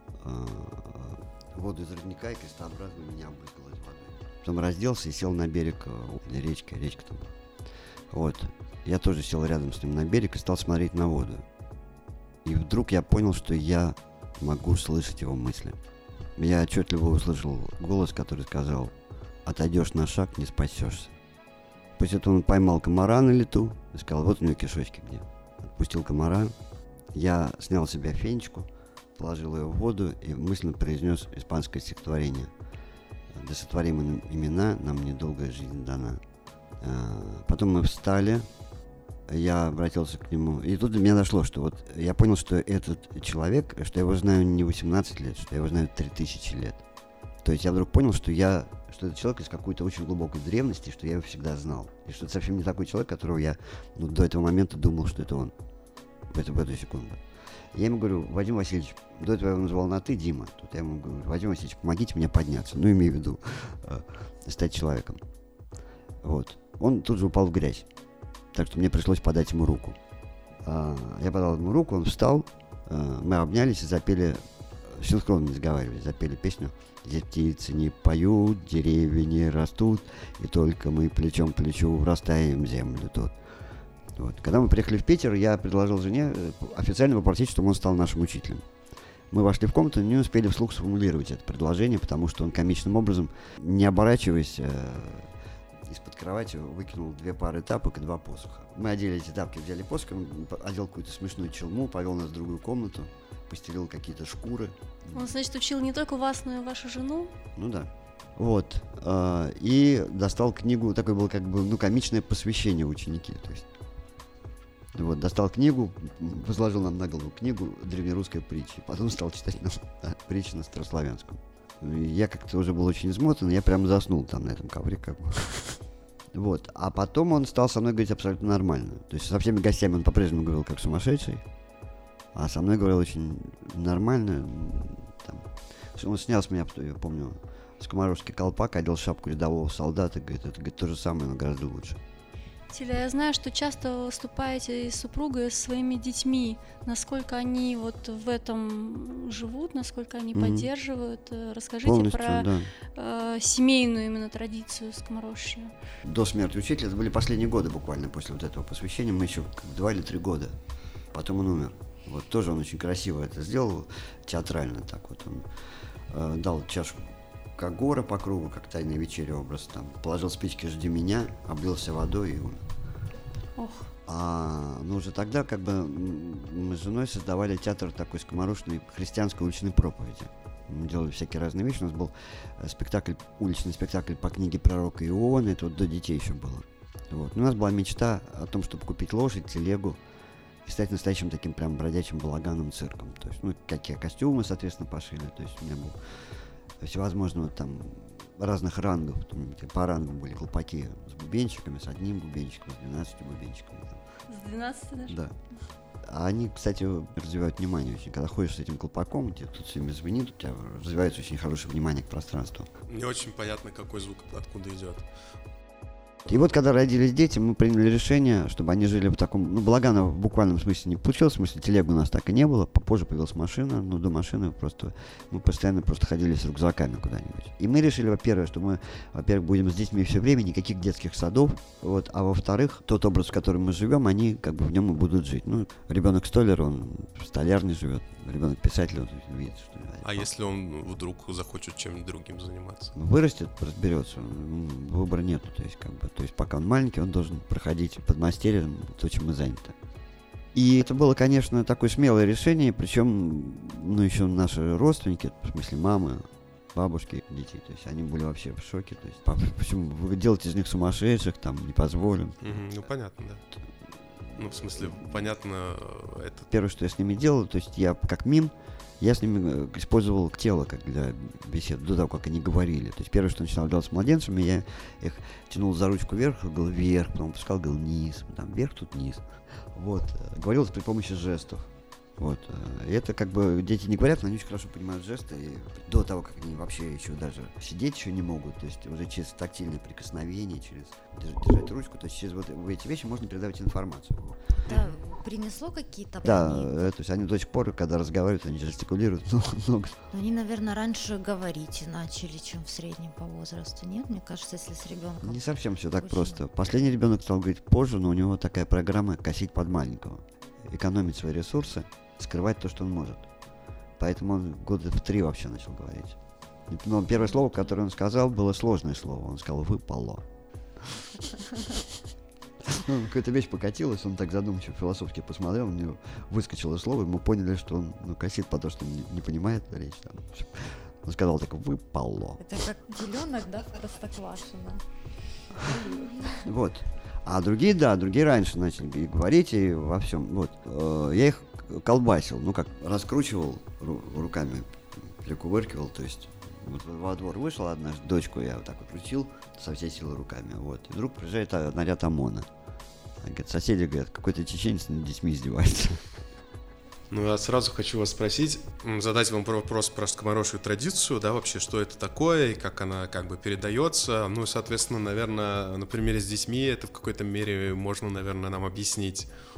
воду из родника и крестообразно меня обрызгал из воды. Потом разделся и сел на берег речка там была. Я тоже сел рядом с ним на берег и стал смотреть на воду. И вдруг я понял, что я могу слышать его мысли. Я отчетливо услышал голос, который сказал, отойдешь на шаг, не спасешься. После этого он поймал комара на лету и сказал, вот у него кишочки где. Отпустил комара, я снял с себя фенечку, положил ее в воду и мысленно произнес испанское стихотворение. Да сотворим имена, нам недолгая жизнь дана. Потом мы встали, я обратился к нему, и тут до меня дошло, что я понял, что этот человек, что я его знаю не 18 лет, что я его знаю 3000 лет. То есть я вдруг понял, что этот человек из какой-то очень глубокой древности, что я его всегда знал. И что это совсем не такой человек, которого я до этого момента думал, что это он. В эту секунду. Я ему говорю, Вадим Васильевич, до этого я его называл на «ты», Дима. Тут я ему говорю, Вадим Васильевич, помогите мне подняться. Имею в виду стать человеком. Он тут же упал в грязь. Так что мне пришлось подать ему руку. Я подал ему руку, он встал, мы обнялись и запели синхронно не сговаривались, запели песню «Здесь птицы не поют, деревья не растут, и только мы плечом к плечу врастаем в землю тут». Вот. Когда мы приехали в Питер, я предложил жене официально попросить, чтобы он стал нашим учителем. Мы вошли в комнату и не успели вслух сформулировать это предложение, потому что он комичным образом, не оборачиваясь, из-под кровати выкинул 2 пары тапок и 2 посоха. Мы одели эти тапки, взяли посох, он одел какую-то смешную челму, повел нас в другую комнату, постелил какие-то шкуры. Он, значит, учил не только вас, но и вашу жену? Ну да. Вот. И достал книгу, такое было как бы, комичное посвящение ученики. То есть, вот, достал книгу, возложил нам на голову книгу древнерусской притчи. Потом стал читать нам притчи на старославянском. Я как-то уже был очень измотан, я прям заснул там на этом ковре как бы. Вот. А потом он стал со мной говорить абсолютно нормально. То есть со всеми гостями он по-прежнему говорил как сумасшедший, а со мной говорил очень нормально. Там. Он снял с меня, я помню, скоморожский колпак, одел шапку рядового солдата, говорит, это говорит, то же самое, но гораздо лучше. Тиля, я знаю, что часто выступаете с супругой, со своими детьми. Насколько они вот в этом живут, насколько они поддерживают? Расскажите полностью, про да. Семейную именно традицию скоморожья. До смерти учителя, это были последние годы буквально после вот этого посвящения, мы еще 2 или 3 года. Потом он умер. Вот тоже он очень красиво это сделал, театрально так вот. Он дал чашку Кагора по кругу, как «Тайная вечеря» образ, там, положил спички «Жди меня», облился водой и умер. Ох. Но уже тогда как бы мы с женой создавали театр такой скоморошной христианской уличной проповеди. Мы делали всякие разные вещи. У нас был уличный спектакль по книге пророка Иоанна, это вот до детей еще было. Вот. У нас была мечта о том, чтобы купить лошадь, телегу и стать настоящим таким прям бродячим балаганом, цирком. То есть, какие костюмы, соответственно, пошили. То есть у меня был всевозможного там разных рангов. По рангам были колпаки с бубенчиками, с 1 бубенчиком, с 12 бубенчиками. С 12 даже? Да. А они, кстати, развивают внимание очень. Когда ходишь с этим колпаком, тебе тут все время звенит, у тебя развивается очень хорошее внимание к пространству. Не очень понятно, какой звук откуда идет. И вот, когда родились дети, мы приняли решение, чтобы они жили в таком... балагана в буквальном смысле не получилось, в смысле телеги у нас так и не было. Попозже появилась машина, но до машины мы постоянно просто ходили с рюкзаками куда-нибудь. И мы решили, во-первых, что мы, будем с детьми все время, никаких детских садов, вот, а во-вторых, тот образ, в котором мы живем, они как бы в нем и будут жить. Ребенок столяр, он в столярной живет, ребенок писатель, он видит, что... А если он вдруг захочет чем-нибудь другим заниматься? Вырастет, разберется, выбора нету, то есть пока он маленький, он должен проходить под мастерием то, чем мы заняты. И это было, конечно, такое смелое решение, причем, еще наши родственники, в смысле мамы, бабушки детей, то есть они были вообще в шоке, то есть почему вы делаете из них сумасшедших, там, не позволим. Понятно, да. В смысле, понятно, это... Первое, что я с ними делал, то есть я как мим, я с ними использовал тело как для бесед, до того, как они говорили. То есть первое, что начинал делать с младенцами, я их тянул за ручку вверх, говорил вверх, потом пускал, говорил вниз, там вверх, тут вниз. Вот. Говорил при помощи жестов. Вот. И это как бы дети не говорят, но они очень хорошо понимают жесты. И до того, как они вообще еще даже сидеть еще не могут, то есть уже через тактильное прикосновение, через держать ручку, то есть через вот эти вещи можно передавать информацию. Да, принесло какие-то Да, то есть они до сих пор, когда разговаривают, они жестикулируют много. Но они, наверное, раньше говорить начали, чем в среднем по возрасту, нет? Мне кажется, если с ребенком... Не совсем все так просто. Последний ребенок стал говорить позже, но у него такая программа «косить под маленького». Экономить свои ресурсы, скрывать то, что он может. Поэтому он года в 3 вообще начал говорить. Но первое слово, которое он сказал, было сложное слово. Он сказал «выпало». Какая-то вещь покатилась, он так задумчиво, философски посмотрел, у него выскочило слово, и мы поняли, что он косит по то, что он не понимает речь. Он сказал так «выпало». Это как теленок, да, в Простоквашино. Вот. А другие раньше начали говорить и во всем. Вот. Я их колбасил, раскручивал руками, прикувыркивал, то есть вот во двор вышел однажды, дочку я вот так вот крутил со всей силы руками, вот. И вдруг приезжает наряд ОМОНа. Говорит, соседи говорят, какой-то чеченец над детьми издевается. Я сразу хочу вас спросить, задать вам вопрос про скоморожью традицию, да, вообще, что это такое и как она как бы передается. Соответственно, наверное, на примере с детьми это в какой-то мере можно, наверное, нам объяснить,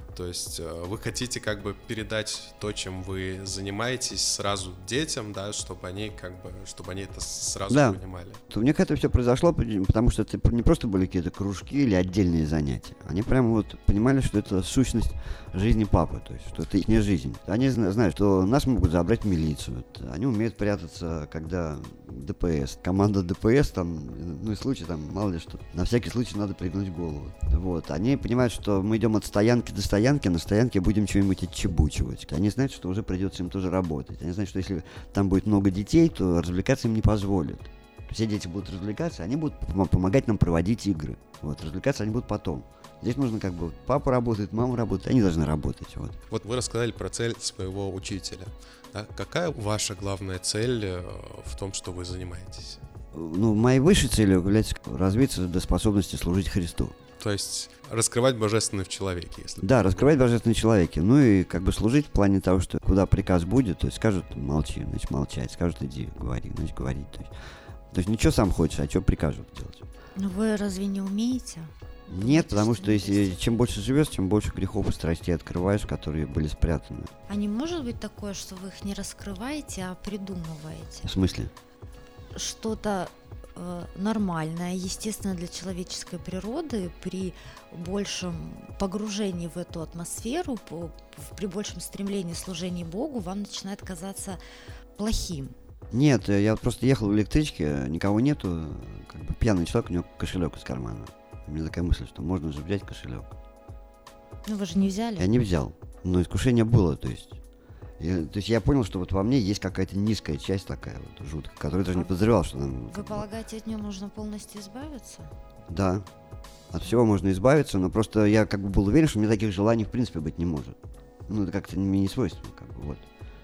То есть вы хотите как бы передать то, чем вы занимаетесь, сразу детям, да, чтобы они это сразу понимали. У них это все произошло, потому что это не просто были какие-то кружки или отдельные занятия. Они прямо вот понимали, что это сущность жизни папы, то есть что это их не жизнь. Они знают, что нас могут забрать в милицию. Они умеют прятаться, когда ДПС. Команда ДПС, там, ну и случай, там, мало ли что, на всякий случай надо пригнуть голову. Вот. Они понимают, что мы идем от стоянки до стоянки, а на стоянке будем что-нибудь отчебучивать. Они знают, что уже придется им тоже работать. Они знают, что если там будет много детей, то развлекаться им не позволят. Все дети будут развлекаться, они будут помогать нам проводить игры. Вот. Развлекаться они будут потом. Здесь нужно как бы папа работает, мама работает, они должны работать. Вот вы рассказали про цель своего учителя. Да? Какая ваша главная цель в том, что вы занимаетесь? Ну, моей высшей целью является развиться до способности служить Христу. То есть раскрывать божественное в человеке, если... Да, раскрывать божественное в человеке. Ну и как бы служить в плане того, что куда приказ будет, то есть скажут молчи, значит молчать, скажут иди, говори, значит говорить. То есть ничего сам хочешь, а что прикажут делать. Но вы разве не умеете? Нет, потому что если чем больше живешь, тем больше грехов и страстей открываешь, которые были спрятаны. А не может быть такое, что вы их не раскрываете, а придумываете? В смысле? Что-то нормальное, естественно, для человеческой природы при большем погружении в эту атмосферу, при большем стремлении служения Богу, вам начинает казаться плохим. Нет, я вот просто ехал в электричке, никого нету, как бы пьяный человек, у него кошелек из кармана. У меня такая мысль, что можно же взять кошелек. Ну вы же не взяли? Я не взял, но искушение было, то есть я понял, что вот во мне есть какая-то низкая часть такая вот жуткая, которую я даже не подозревал, что нам... Вы полагаете, от нее можно полностью избавиться? Да, от всего можно избавиться, но просто я как бы был уверен, что у меня таких желаний в принципе быть не может. Ну, это как-то мне не свойственно, как бы, вот.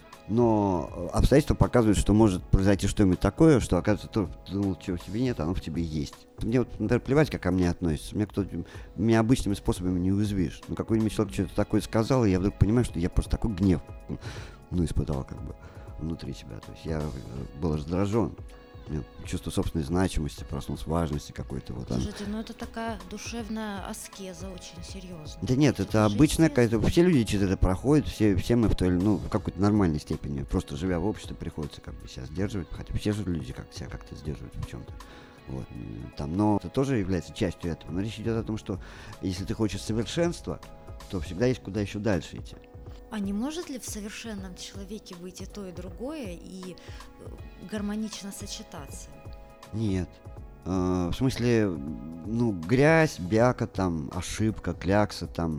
Но обстоятельства показывают, что может произойти что-нибудь такое, что, оказывается, то, ты думал, чего в тебе нет, оно в тебе есть. Мне вот, например, плевать, как ко мне относятся. Меня обычными способами не уязвишь. Ну, какой-нибудь человек что-то такое сказал, и я вдруг понимаю, что я просто такой гнев, испытал как бы внутри себя. То есть я был раздражен. У меня чувство собственной значимости, проснулся важности какой-то. Вот. Слушайте, ну это такая душевная аскеза очень серьезная. Да нет, это обычная какая-то... Все люди через это проходят, все мы в какой-то нормальной степени. Просто живя в обществе, приходится как бы себя сдерживать. Хотя все же люди себя как-то сдерживают в чем-то. Вот. Но это тоже является частью этого. Но речь идет о том, что если ты хочешь совершенства, то всегда есть куда еще дальше идти. А не может ли в совершенном человеке быть и то, и другое, и гармонично сочетаться? Нет. В смысле, грязь, бяка, там, ошибка, клякса, там,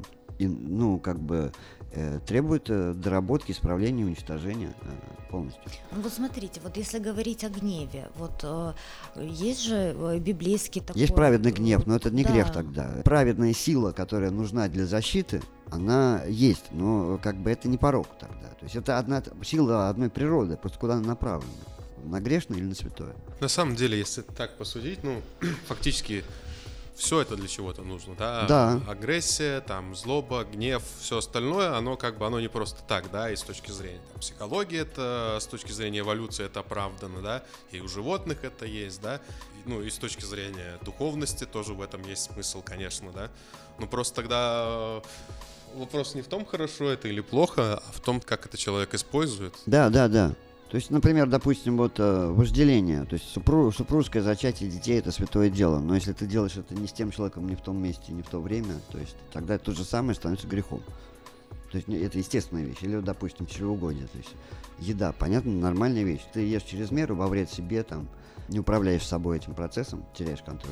требует доработки, исправления, уничтожения полностью. Ну вот смотрите, вот если говорить о гневе, вот есть же библейский такой... Есть праведный гнев, но это не грех тогда. Праведная сила, которая нужна для защиты, она есть, но как бы это не порок тогда. То есть это одна сила одной природы, просто куда она направлена. На грешное или на святое? На самом деле, если так посудить, фактически все это для чего-то нужно, да? Да. Агрессия, там, злоба, гнев, все остальное, оно не просто так, да, и с точки зрения психологии это, с точки зрения эволюции это оправдано, да, и у животных это есть, да, и с точки зрения духовности тоже в этом есть смысл, конечно, да, просто тогда вопрос не в том, хорошо это или плохо, а в том, как это человек использует. Да. То есть, например, допустим, вожделение, то есть супружеское зачатие детей – это святое дело, но если ты делаешь это не с тем человеком, не в том месте, не в то время, то есть тогда то же самое становится грехом. То есть это естественная вещь. Или, допустим, чревоугодие, то есть еда, понятно, нормальная вещь. Ты ешь через меру, во вред себе, там, не управляешь собой этим процессом, теряешь контроль.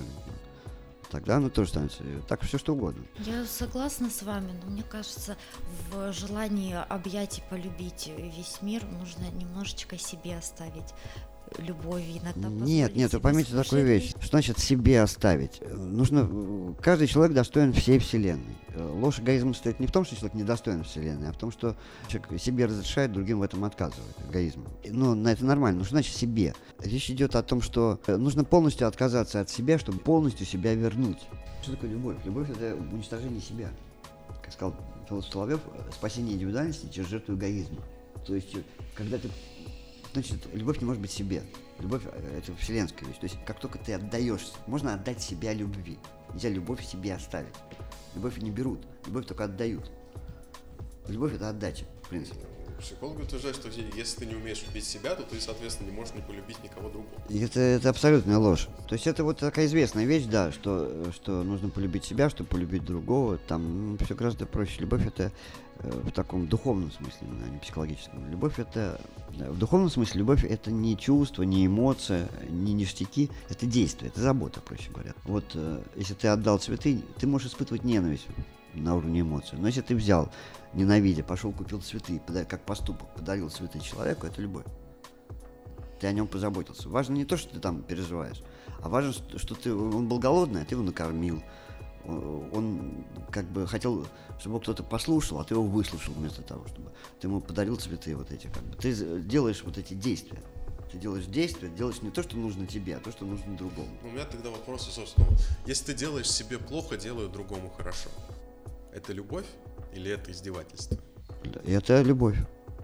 Тогда оно тоже становится так все что угодно. Я согласна с вами, но мне кажется, в желании объять и полюбить весь мир нужно немножечко себе оставить любови. Нет, вы поймите такую вещь. Что значит себе оставить? Каждый человек достоин всей вселенной. Ложь эгоизма стоит не в том, что человек недостоин вселенной, а в том, что человек себе разрешает, другим в этом отказывает, эгоизмом. Это нормально. Что значит себе? Речь идет о том, что нужно полностью отказаться от себя, чтобы полностью себя вернуть. Что такое любовь? Любовь – это уничтожение себя. Как сказал философ Соловьев, спасение индивидуальности через жертву эгоизма. То есть, когда ты... Значит, любовь не может быть себе. Любовь – это вселенская вещь. То есть, как только ты отдаешься, можно отдать себя любви. Нельзя любовь себе оставить. Любовь не берут, любовь только отдают. Любовь — это отдача, в принципе. Психологи утверждают, что если ты не умеешь любить себя, то ты, соответственно, не можешь не полюбить никого другого. И это абсолютная ложь. То есть это вот такая известная вещь, да, что нужно полюбить себя, чтобы полюбить другого. Там все гораздо проще. Любовь — это в таком духовном смысле, а не психологическом. Любовь — это... В духовном смысле любовь — это не чувство, не эмоция, не ништяки. Это действие, это забота, проще говоря. Вот если ты отдал цветы, ты можешь испытывать ненависть на уровне эмоций. Но если ты взял, ненавидя, пошел купил цветы, как поступок, подарил цветы человеку, это любовь. Ты о нем позаботился. Важно не то, что ты там переживаешь, а важно, что он был голодный, а ты его накормил. Он как бы хотел, чтобы его кто-то послушал, а ты его выслушал вместо того, чтобы ты ему подарил цветы вот эти. Как бы. Ты делаешь вот эти действия. Ты делаешь действия, делаешь не то, что нужно тебе, а то, что нужно другому. У меня тогда вопрос, собственно, если ты делаешь себе плохо, делаю другому хорошо. Это любовь или это издевательство? Это любовь.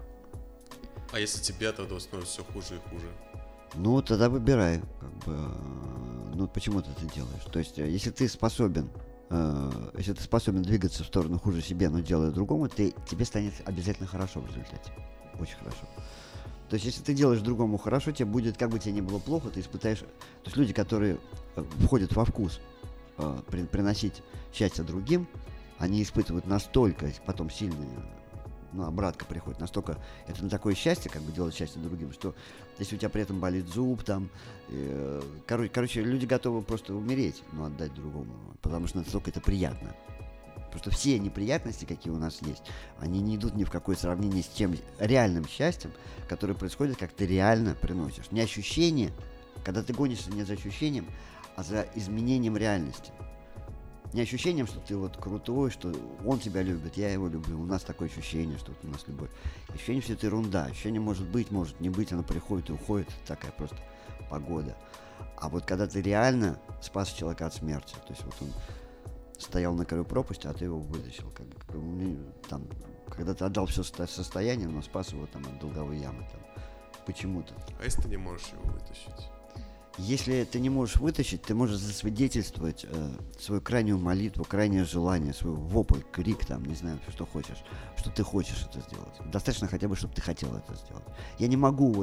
А если тебе от этого становится все хуже и хуже? Ну, тогда выбирай, как бы, ну, почему ты это делаешь. То есть, если ты способен двигаться в сторону хуже себе, но делая другому, тебе станет обязательно хорошо в результате. Очень хорошо. То есть, если ты делаешь другому хорошо, тебе будет, как бы тебе ни было плохо, ты испытаешь... То есть, люди, которые входят во вкус приносить счастье другим, они испытывают настолько потом сильную, обратка приходит, настолько это на такое счастье, как бы делать счастье другим, что если у тебя при этом болит зуб, там, короче, люди готовы просто умереть, но отдать другому, потому что настолько это приятно. Потому что все неприятности, какие у нас есть, они не идут ни в какое сравнение с тем реальным счастьем, которое происходит, как ты реально приносишь. Не ощущение, когда ты гонишься не за ощущением, а за изменением реальности. Не ощущением, что ты вот крутой, что он тебя любит, я его люблю, у нас такое ощущение, что вот у нас любовь. Ощущение, все это ерунда, ощущение может быть, может не быть, оно приходит и уходит, такая просто погода. А вот когда ты реально спас человека от смерти, то есть вот он стоял на краю пропасти, а ты его вытащил, там, когда ты отдал все состояние, но спас его там от долговой ямы, там, почему-то. А если ты не можешь его вытащить? Если ты не можешь вытащить, ты можешь засвидетельствовать свою крайнюю молитву, крайнее желание, свой вопль, крик, там, не знаю, что хочешь, что ты хочешь это сделать. Достаточно хотя бы, чтобы ты хотел это сделать. Я не могу,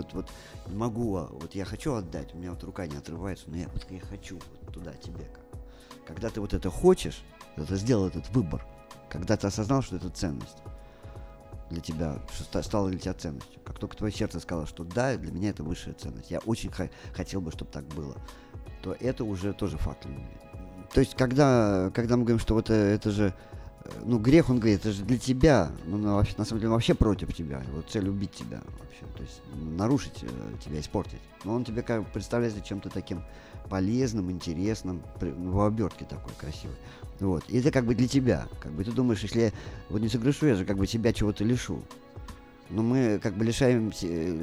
я хочу отдать, у меня вот рука не отрывается, но я хочу вот туда тебе. Когда ты вот это хочешь, ты сделал этот выбор, когда ты осознал, что это ценность для тебя, что стало для тебя ценностью. Как только твое сердце сказало, что да, для меня это высшая ценность, я очень хотел бы, чтобы так было, то это уже тоже факт любви. То есть, когда мы говорим, что вот это же, грех, он говорит, это же для тебя, вообще, на самом деле, вообще против тебя, вот цель убить тебя вообще, то есть нарушить тебя, испортить. Но он тебе как бы представляется чем-то таким полезным, интересным, в обертке такой красивой. Вот. И это как бы для тебя. Как бы ты думаешь, если я вот не согрешу, я же как бы себя чего-то лишу. Но мы как бы лишая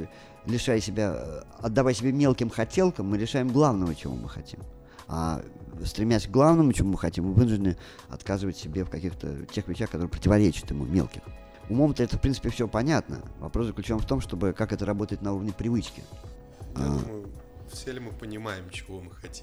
себя, отдавая себе мелким хотелкам, мы лишаем главного, чего мы хотим. А стремясь к главному, чему мы хотим, мы вынуждены отказывать себе в каких-то тех вещах, которые противоречат ему, мелких. Умом-то это, в принципе, все понятно. Вопрос заключен в том, чтобы как это работает на уровне привычки. Я думаю, все ли мы понимаем, чего мы хотим?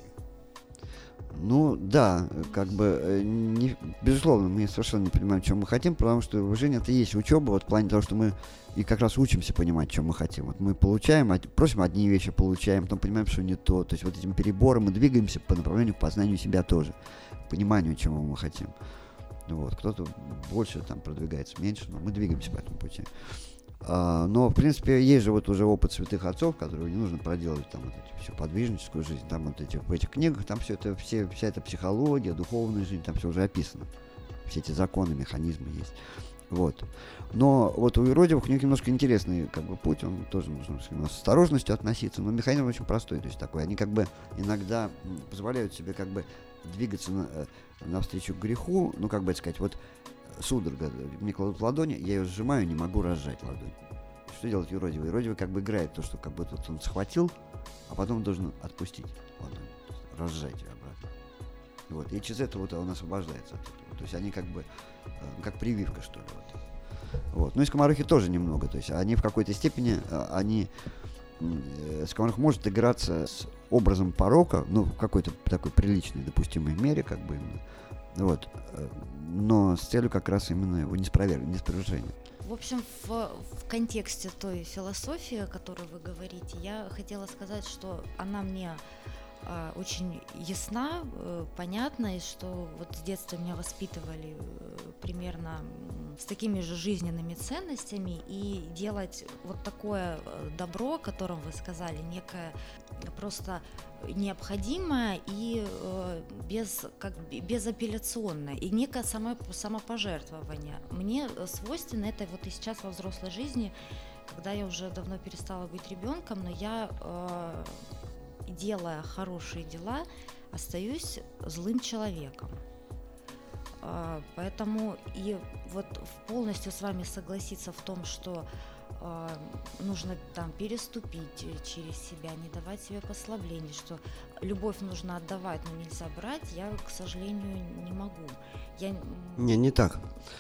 Ну, да, как бы, безусловно, мы совершенно не понимаем, чего мы хотим, потому что уважение — это и есть учеба, вот в плане того, что мы и как раз учимся понимать, что мы хотим. Вот мы получаем, просим одни вещи, получаем, потом понимаем, что не то. То есть вот этим перебором мы двигаемся по направлению к познанию себя тоже, к пониманию, чего мы хотим. Вот, кто-то больше там продвигается, меньше, но мы двигаемся по этому пути. Но, в принципе, есть же вот уже опыт святых отцов, которые не нужно проделывать там вот эти всю подвижническую жизнь, там вот в этих книгах, там все это, вся эта психология, духовная жизнь, там все уже описано. Все эти законы, механизмы есть. Вот. Но вот у юродивых у них немножко интересный как бы путь, он тоже нужно с осторожностью относиться, но механизм очень простой, то есть такой. Они как бы иногда позволяют себе как бы двигаться навстречу к греху, как бы это сказать, вот судорога, мне кладут ладони, я ее сжимаю, не могу разжать ладонь. Что делать юродивый? Юродивый как бы играет то, что как будто он схватил, а потом должен отпустить ладонь, разжать ее обратно. Вот. И через это вот он освобождается от этого. То есть они как бы, как прививка, что ли. Вот. Ну и скоморохи тоже немного, то есть они в какой-то степени, скоморох может играться с образом порока, в какой-то такой приличной, допустимой мере, как бы, Вот. Но с целью как раз именно его неспровержения. В общем, в контексте той философии, о которой вы говорите, я хотела сказать, что она мне очень ясна, понятна, и что вот с детства меня воспитывали примерно с такими же жизненными ценностями, и делать вот такое добро, о котором вы сказали, некое просто необходимое и безапелляционное, и некое самопожертвование. Мне свойственно это вот и сейчас во взрослой жизни, когда я уже давно перестала быть ребенком, но я, делая хорошие дела, остаюсь злым человеком. Поэтому и вот полностью с вами согласиться в том, что нужно там переступить через себя, не давать себе послаблений, что любовь нужно отдавать, но нельзя брать, я, к сожалению, не могу. Не так.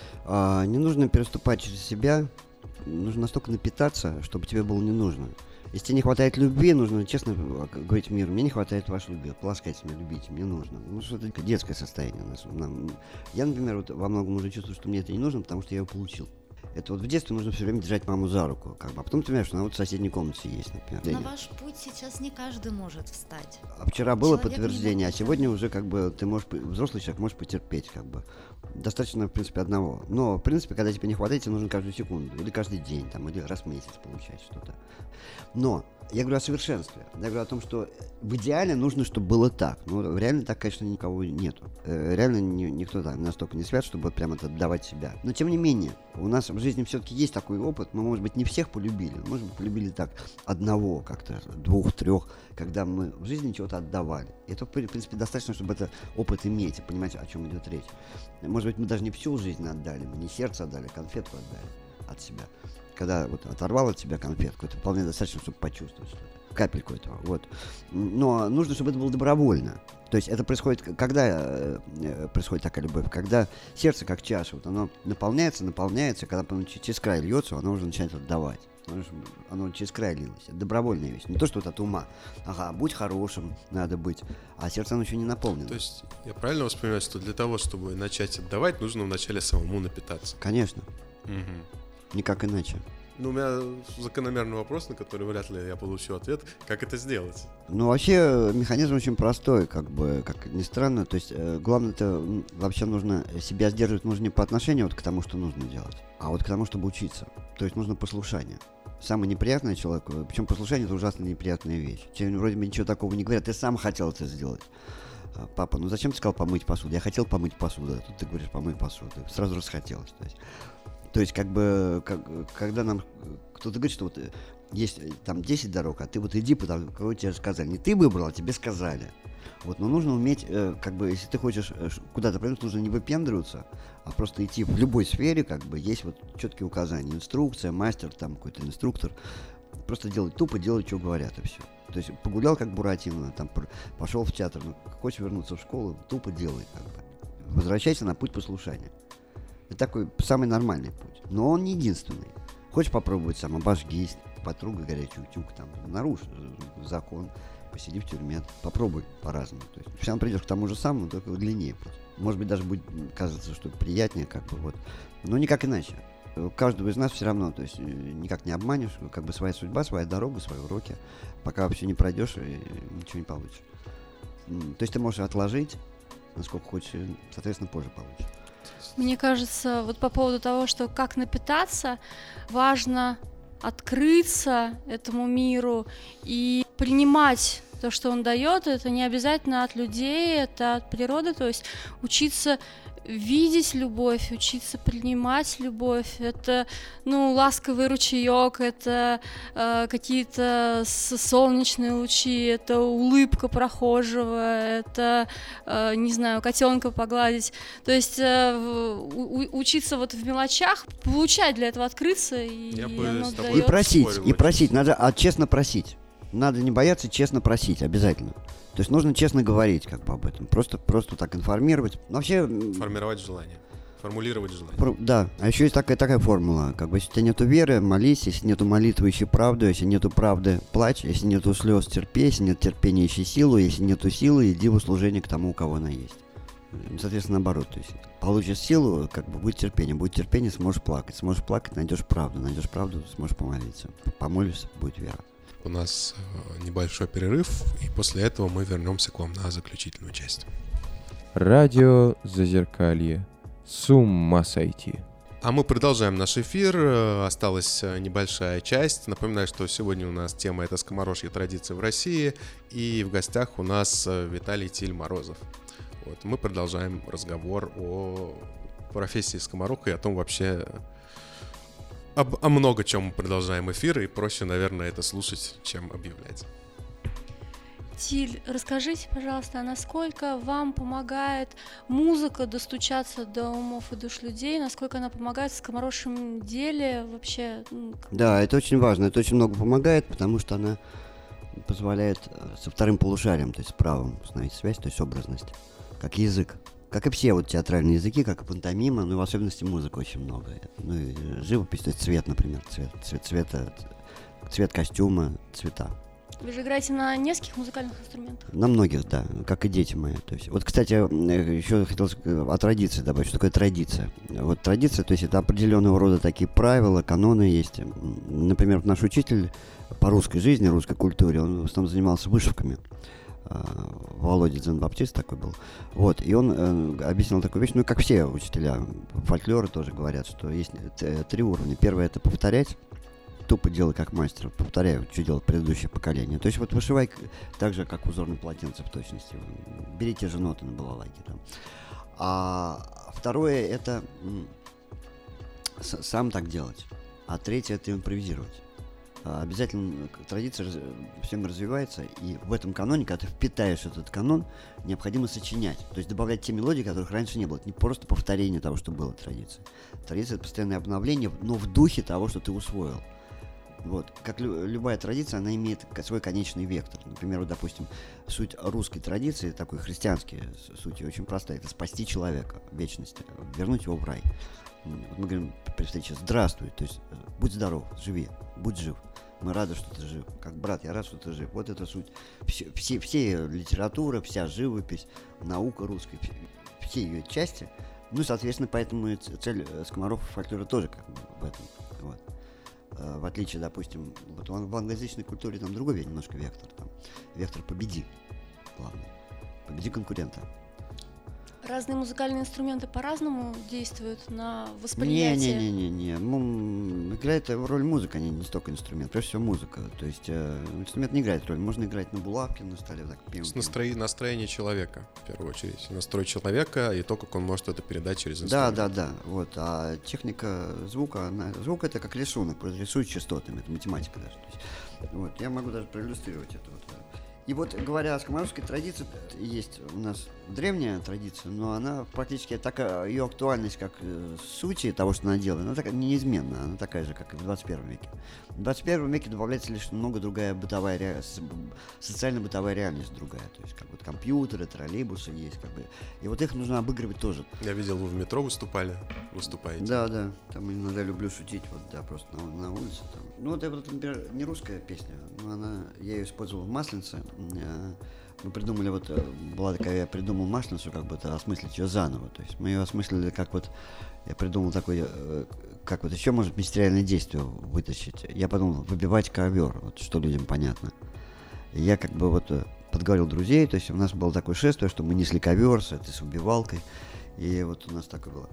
Не нужно переступать через себя, нужно настолько напитаться, чтобы тебе было не нужно. Если тебе не хватает любви, нужно честно говорить миру: мне не хватает вашей любви, поласкайте меня, любите, мне нужно. Ну, что-то детское состояние у нас. Я, например, вот во многом уже чувствую, что мне это не нужно, потому что я ее получил. Это вот в детстве нужно все время держать маму за руку, как бы. А потом ты понимаешь, что она вот в соседней комнате есть, например. На ваш путь сейчас не каждый может встать. А вчера было Человек подтверждение, а сегодня уже как бы ты можешь, взрослый человек можешь потерпеть, как бы. Достаточно, в принципе, одного. Но, в принципе, когда тебе не хватает, тебе нужно каждую секунду, или каждый день, там, или раз в месяц получать что-то. Но я говорю о совершенстве. Я говорю о том, что в идеале нужно, чтобы было так. Но реально так, конечно, никого нету. Реально никто там настолько не свят, чтобы прямо отдавать себя. Но, тем не менее, у нас в жизни все-таки есть такой опыт. Мы, может быть, не всех полюбили. Может быть, полюбили так одного, как-то, двух, трех, когда мы в жизни чего-то отдавали. И это, в принципе, достаточно, чтобы этот опыт иметь и понимать, о чем идет речь. Может быть, мы даже не всю жизнь отдали, мы не сердце отдали, конфетку отдали от себя. Когда вот оторвал от себя конфетку, это вполне достаточно, чтобы почувствовать что-то, капельку этого, вот. Но нужно, чтобы это было добровольно. То есть это происходит, когда происходит такая любовь, когда сердце как чаша, вот оно наполняется, когда оно через край льется, оно уже начинает отдавать. Оно через край лилось. Это добровольная вещь. Не то, что вот от ума. Ага, будь хорошим, надо быть. А сердце оно еще не наполнено. То есть я правильно воспринимаю, что для того, чтобы начать отдавать, нужно вначале самому напитаться? Конечно. Угу. Никак иначе. Ну, у меня закономерный вопрос, на который вряд ли я получу ответ. Как это сделать? Ну, вообще, механизм очень простой, как бы, как ни странно. То есть, главное-то вообще нужно себя сдерживать, нужно не по отношению вот к тому, что нужно делать, а вот к тому, чтобы учиться. То есть, нужно послушание. Самое неприятное человеку, причем послушание — это ужасно неприятная вещь. Тебе вроде бы ничего такого не говорят, ты сам хотел это сделать. Папа, ну зачем ты сказал помыть посуду? Я хотел помыть посуду, а тут ты говоришь помыть посуду. Сразу расхотелось. То есть, как бы, когда нам кто-то говорит, что вот есть там 10 дорог, а ты вот иди, потому кого тебе сказали. Не ты выбрал, а тебе сказали. Вот, но нужно уметь, как бы, если ты хочешь куда-то пройти, нужно не выпендриваться, а просто идти в любой сфере, как бы, есть вот четкие указания. Инструкция, мастер, там какой-то инструктор. Просто тупо делать, что говорят, и все. То есть погулял, как Буратино, там пошел в театр, ну, хочешь вернуться в школу, тупо делай, как бы. Возвращайся на путь послушания. Это такой самый нормальный путь. Но он не единственный. Хочешь попробовать сам, обожгись, потрогай горячий утюг, там, нарушь закон, посиди в тюрьме, попробуй по-разному. То есть все равно придешь к тому же самому, только длиннее путь. Может быть, даже будет казаться, что приятнее, как бы, вот. Но никак иначе. Каждого из нас все равно, то есть никак не обманешь, как бы своя судьба, своя дорога, свои уроки. Пока вообще не пройдешь, ничего не получишь. То есть ты можешь отложить, насколько хочешь, соответственно, позже получишь. Мне кажется, вот по поводу того, что как напитаться, важно открыться этому миру и принимать то, что он дает. Это не обязательно от людей, это от природы, то есть учиться видеть любовь, учиться принимать любовь. Это, ласковый ручеек, это какие-то солнечные лучи, это улыбка прохожего, это, котенка погладить. То есть учиться вот в мелочах, получать для этого открыться, и оно дает. И просить, надо честно просить. Надо не бояться, честно просить, обязательно. То есть нужно честно говорить как бы об этом. Просто так информировать. Но вообще... Формировать желание. Формулировать желание. Да. А еще есть такая формула. Как бы, если у тебя нету веры, молись. Если нету молитвы, ищи правду. Если нету правды, плачь. Если нету слез, терпи. Если нет терпения, ищи силу. Если нету силы, иди в услужение к тому, у кого она есть. Соответственно, наоборот, то есть получишь силу, как бы будет терпение, сможешь плакать, найдешь правду, сможешь помолиться, помолишься, будет вера. У нас небольшой перерыв, и после этого мы вернемся к вам на заключительную часть. Радио Зазеркалье. С ума сойти. А мы продолжаем наш эфир. Осталась небольшая часть. Напоминаю, что сегодня у нас тема — это скоморожьи традиции в России. И в гостях у нас Виталий Тиль-Морозов. Вот. Мы продолжаем разговор о профессии скомороха и о том вообще... О много чем мы продолжаем эфир, и проще, наверное, это слушать, чем объявлять. Тиль, расскажите, пожалуйста, а насколько вам помогает музыка достучаться до умов и душ людей, насколько она помогает в скоморожьем деле вообще? Да, это очень важно, это очень много помогает, потому что она позволяет со вторым полушарием, то есть с правым, установить связь, то есть образность, как язык. Как и все вот театральные языки, как и пантомима, ну и в особенности музыка очень много. Ну и живопись, то есть цвет, например, цвет костюма, цвета. Вы же играете на нескольких музыкальных инструментах? На многих, да, как и дети мои. То есть, вот, кстати, еще хотел о традиции добавить. Что такое традиция? Вот традиция, то есть это определенного рода такие правила, каноны есть. Например, наш учитель по русской жизни, русской культуре, он в основном занимался вышивками. Володя Дзен-Баптист такой был. Вот, и он объяснил такую вещь, ну, как все учителя фольклора тоже говорят, что есть 3 уровня. Первое — это повторять, тупо делай как мастер, повторяю, что делает предыдущее поколение. То есть вот вышивай так же, как узорное полотенце в точности. Бери те же ноты на балалайке. Там. А второе — это сам так делать. А третье — это импровизировать. Обязательно традиция всем развивается, и в этом каноне, когда ты впитаешь этот канон, необходимо сочинять, то есть добавлять те мелодии, которых раньше не было. Это не просто повторение того, что было традицией. Традиция — это постоянное обновление, но в духе того, что ты усвоил. Вот. Как любая традиция, она имеет свой конечный вектор. Например, вот, допустим, суть русской традиции, такой христианской сути, очень простая. Это спасти человека в вечности, вернуть его в рай. Вот мы говорим при встрече «здравствуй», то есть будь здоров, живи, будь жив. Мы рады, что ты жив. Как брат, я рад, что ты жив. Вот это суть. Все литература, вся живопись, наука русская, все ее части. Ну, соответственно, поэтому и цель скоморохов фольклора тоже как бы в этом. Вот. В отличие, допустим, вот в англоязычной культуре там другой немножко вектор. Там, вектор «победи». Главное. Победи конкурента. Разные музыкальные инструменты по-разному действуют на восприятие? Не. Играет роль музыка, не столько инструмент. Прежде всего музыка. То есть инструмент не играет роль. Можно играть на булавке, на столе. Так, Настроение человека, в первую очередь. Настрой человека и то, как он может это передать через инструмент. Да. Вот. А техника звука, звук — это как рисунок. Рисует частотами. Это математика даже. То есть, вот. Я могу даже проиллюстрировать это. Вот. И вот, говоря о скоморожской традиции, есть у нас древняя традиция, но она практически такая, ее актуальность как сути того, что она делает, она такая неизменна, она такая же, как и в 21 веке. В 21 веке добавляется лишь много другая бытовая, социально-бытовая реальность другая, то есть как вот компьютеры, троллейбусы есть, как бы, и вот их нужно обыгрывать тоже. Я видел, вы в метро выступаете. Да, там иногда люблю шутить, вот, да, просто на улице. Там. Ну вот это, например, не русская песня, но я ее использовал в Масленице. Мы придумали, вот была такая, я придумал Масленицу, как бы осмыслить ее заново. То есть мы ее осмыслили, как вот я придумал такой, как вот еще может министeriальное действие вытащить. Я подумал, выбивать ковер, вот что людям понятно. И я как бы вот подговорил друзей, то есть у нас было такое шествие, что мы несли ковер с убивалкой, и вот у нас такое было.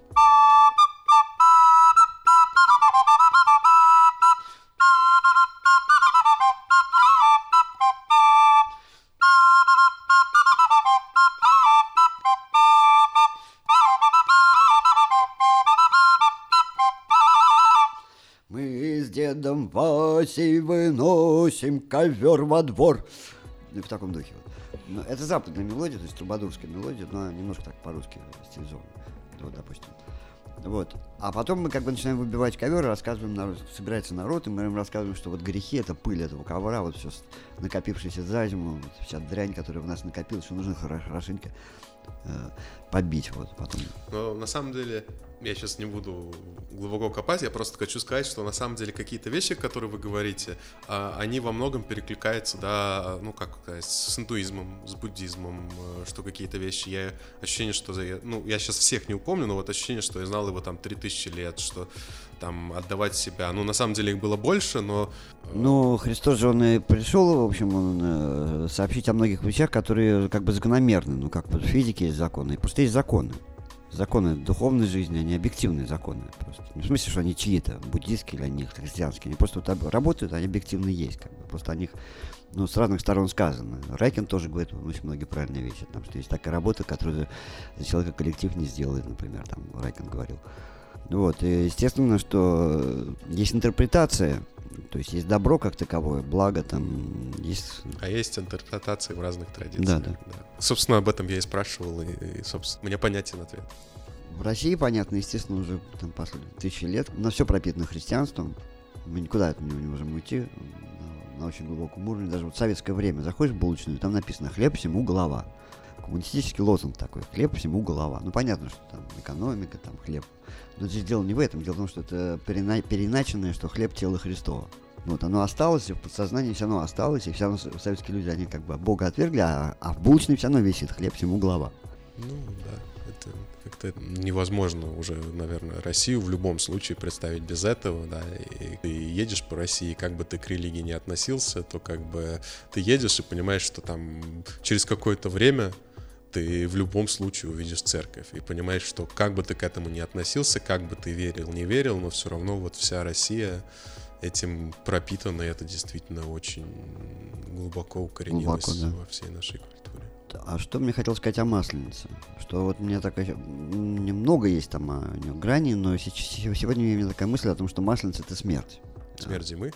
Дедом Васей выносим ковер во двор. И в таком духе. Но это западная мелодия, то есть трубадурская мелодия, но немножко так по-русски стилизована. Вот, допустим. Вот. А потом мы как бы начинаем выбивать ковер и рассказываем, собирается народ, и мы им рассказываем, что вот грехи — это пыль этого ковра, вот все накопившееся за зиму, вот вся дрянь, которая у нас накопилась, что нужно хорошенько побить. Вот, потом. Но на самом деле Я сейчас не буду глубоко копать, я просто хочу сказать, что на самом деле какие-то вещи, которые вы говорите, они во многом перекликаются, да, ну, как сказать, с индуизмом, с буддизмом, что какие-то вещи, я ощущение, что, я сейчас всех не упомню, но вот ощущение, что я знал его там 3000 лет, что там отдавать себя, ну, на самом деле их было больше, но... Ну, Христос же, он и пришел, в общем, он сообщить о многих вещах, которые как бы закономерны, ну, как вот в физике есть законы, и просто есть законы. Законы духовной жизни, они объективные законы просто. Не в смысле, что они чьи-то, буддийские или они христианские. Они просто вот работают, они объективно есть. Как бы. Просто о них с разных сторон сказано. Райкин тоже говорит очень многие правильные вещи. Там, что есть такая работа, которую за человека коллектив не сделает, например, там Райкин говорил. Вот. И естественно, что есть интерпретация, то есть есть добро как таковое, благо там есть... А есть интерпретации в разных традициях. Да. Собственно, об этом я и спрашивал, и собственно, мне понятен ответ. В России, понятно, естественно, уже там последние 1000 лет. У нас все пропитано христианством. Мы никуда от него не можем уйти на очень глубоком уровне. Даже вот в советское время заходишь в булочную, там написано «хлеб всему голова». Коммунистический лозунг такой «хлеб всему голова». Ну, понятно, что там экономика, там хлеб. Но здесь дело не в этом. Дело в том, что это переначенное, что хлеб – тело Христово. Вот, оно осталось, и в подсознании все равно осталось, и все равно советские люди, они как бы Бога отвергли, а в булочной все равно висит «хлеб всему голова». Ну, да, это как-то невозможно уже, наверное, Россию в любом случае представить без этого, да, и ты едешь по России, как бы ты к религии не относился, то как бы ты едешь и понимаешь, что там через какое-то время ты в любом случае увидишь церковь и понимаешь, что как бы ты к этому не относился, как бы ты верил, не верил, но все равно вот вся Россия этим пропитана, и это действительно очень глубоко укоренилось во всей нашей культуре. А что мне хотел сказать о Масленице? Что вот у меня такая... Немного есть там о нее грани, но сегодня у меня такая мысль о том, что Масленица — это смерть. Смерть зимы?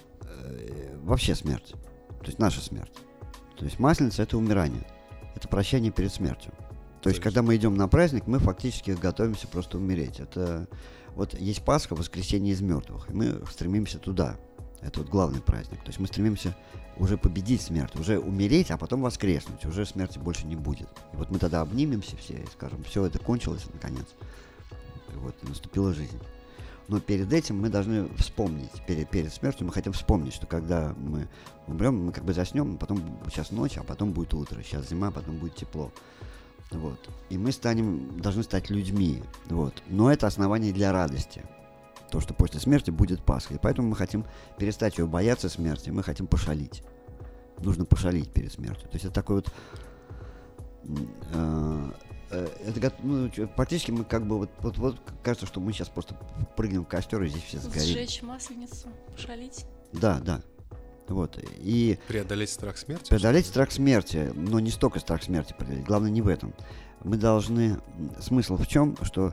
Вообще смерть. То есть наша смерть. То есть Масленица — это умирание. Это прощание перед смертью. То есть, когда мы идем на праздник, мы фактически готовимся просто умереть. Это вот есть Пасха, воскресение из мертвых, и мы стремимся туда. Это вот главный праздник. То есть мы стремимся уже победить смерть, уже умереть, а потом воскреснуть. Уже смерти больше не будет. И вот мы тогда обнимемся все и скажем, все, это кончилось наконец. И вот наступила жизнь. Но перед этим мы должны вспомнить, перед смертью мы хотим вспомнить, что когда мы умрем, мы как бы заснем, потом сейчас ночь, а потом будет утро, сейчас зима, а потом будет тепло. Вот. И мы должны стать людьми. Вот. Но это основание для радости. То, что после смерти будет Пасха. И поэтому мы хотим перестать ее бояться смерти, мы хотим пошалить. Нужно пошалить перед смертью. То есть это такой вот... практически мы как бы вот кажется, что мы сейчас просто прыгнем в костер, и здесь все сгорим. Сжечь масленицу, пошалить. Да. Вот. И преодолеть страх смерти? Преодолеть страх смерти, но не столько страх смерти преодолеть. Главное не в этом. Мы должны... Смысл в чем, что...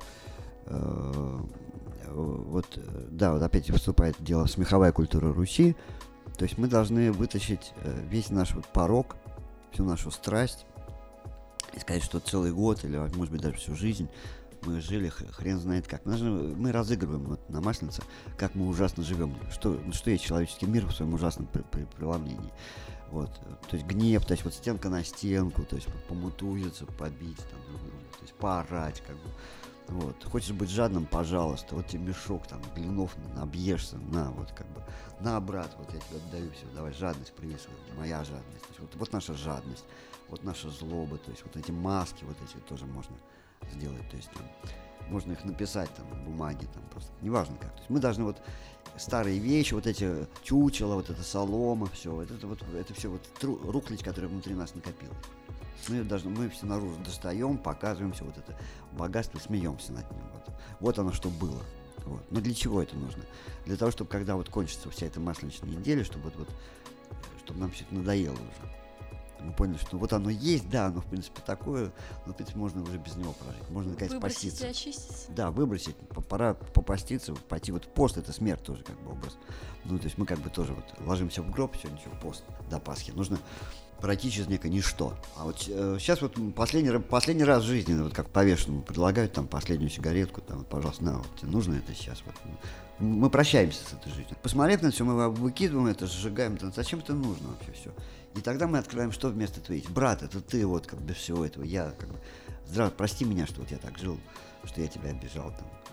вот опять выступает дело смеховая культура Руси. То есть мы должны вытащить весь наш вот порок, всю нашу страсть, и сказать, что целый год или, может быть, даже всю жизнь мы жили хрен знает как. Мы разыгрываем вот на Масленице, как мы ужасно живем, что есть человеческий мир в своем ужасном преломлении. Вот. То есть гнев, то есть вот стенка на стенку, то есть помутузиться, побить там друг друга, то есть поорать как бы. Вот. Хочешь быть жадным, пожалуйста, вот тебе мешок там блинов набьешься, на, вот как бы, на, брат, вот я тебе отдаю все, давай, жадность привези, моя жадность, то есть, вот наша жадность, вот наша злоба, то есть вот эти маски, вот эти тоже можно сделать, то есть там, можно их написать там на бумаге, там просто, неважно как, то есть мы должны вот старые вещи, вот эти чучела, вот эта солома, все, это все вот рухлядь, которая внутри нас накопилась. Мы все наружу достаем, показываем все вот это богатство, смеемся над ним. Вот оно, что было. Вот. Но для чего это нужно? Для того, чтобы когда вот кончится вся эта масленичная неделя, чтобы чтобы нам все это надоело уже. Мы поняли, что вот оно есть, да, оно в принципе такое, но в принципе можно уже без него прожить. Можно, наконец, поститься. Выбросить и очиститься. Да, выбросить. Пора попаститься, пойти вот пост, это смерть тоже как бы образ. Ну, то есть мы как бы тоже вот ложимся в гроб, все, ничего, пост до Пасхи. Нужно пройти через некое ничто. А вот сейчас вот последний раз в жизни, вот как повешенному предлагают там последнюю сигаретку, там, вот, пожалуйста, на, вот, тебе нужно это сейчас. Вот. Мы прощаемся с этой жизнью. Посмотрев на это все, мы выкидываем это, сжигаем это. Зачем это нужно вообще все? И тогда мы открываем, что вместо этого есть. Брат, это ты, вот, как бы, без всего этого. Я, как бы, прости меня, что вот я так жил, что я тебя обижал там.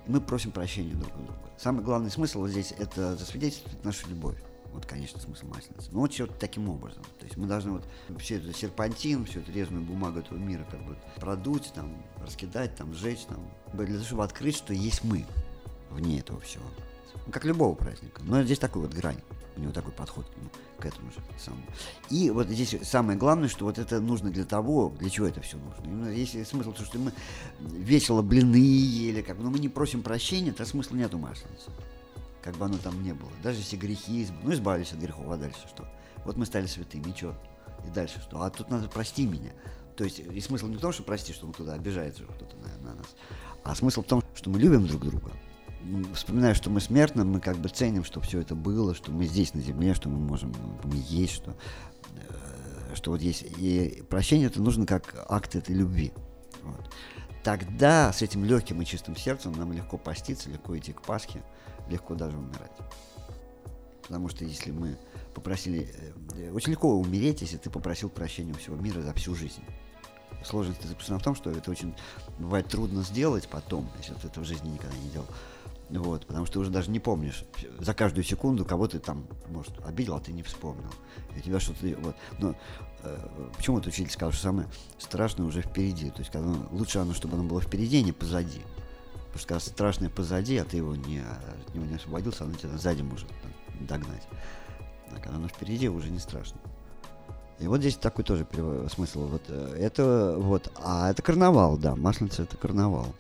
Мы просим прощения друг у друга. Самый главный смысл вот здесь — это засвидетельствовать нашу любовь. Вот, конечно, смысл Масленицы. Но вот все таким образом. То есть мы должны вот все это серпантин, всю эту резную бумагу этого мира как бы продуть, там, раскидать, там, сжечь, там, для того, чтобы открыть, что есть мы вне этого всего. Ну, как любого праздника. Но здесь такой вот грань. У него такой подход к этому же самому. И вот здесь самое главное, что вот это нужно для того, для чего это все нужно. Именно если смысл в том, что мы весело блины ели, как бы, но мы не просим прощения, то смысла нету Масленицы. Как бы оно там не было. Даже если грехи, избавились от грехов, а дальше что? Вот мы стали святыми, и что? И дальше что? А тут надо прости меня. То есть и смысл не в том, что прости, что он туда обижается кто-то на нас, а смысл в том, что мы любим друг друга. Вспоминая, что мы смертны, мы как бы ценим, что все это было, что мы здесь на земле, что мы можем, мы есть, что вот есть. И прощение это нужно как акт этой любви. Вот. Тогда с этим легким и чистым сердцем нам легко поститься, легко идти к Пасхе, легко даже умирать. Потому что если мы попросили... Очень легко умереть, если ты попросил прощения у всего мира за всю жизнь. Сложность заключена в том, что это очень бывает трудно сделать потом, если ты это в жизни никогда не делал. Вот, потому что ты уже даже не помнишь за каждую секунду, кого ты там, может, обидел, а ты не вспомнил. И у тебя что-то... Вот. Но почему вот учитель сказал, что самое страшное уже впереди. То есть когда лучше оно, чтобы оно было впереди, а не позади. Потому что когда страшное позади, а ты от него не освободился, оно тебя сзади может догнать. А когда оно впереди, уже не страшно. И вот здесь такой тоже смысл. Вот это вот. А это карнавал, да. Масленица — это карнавал.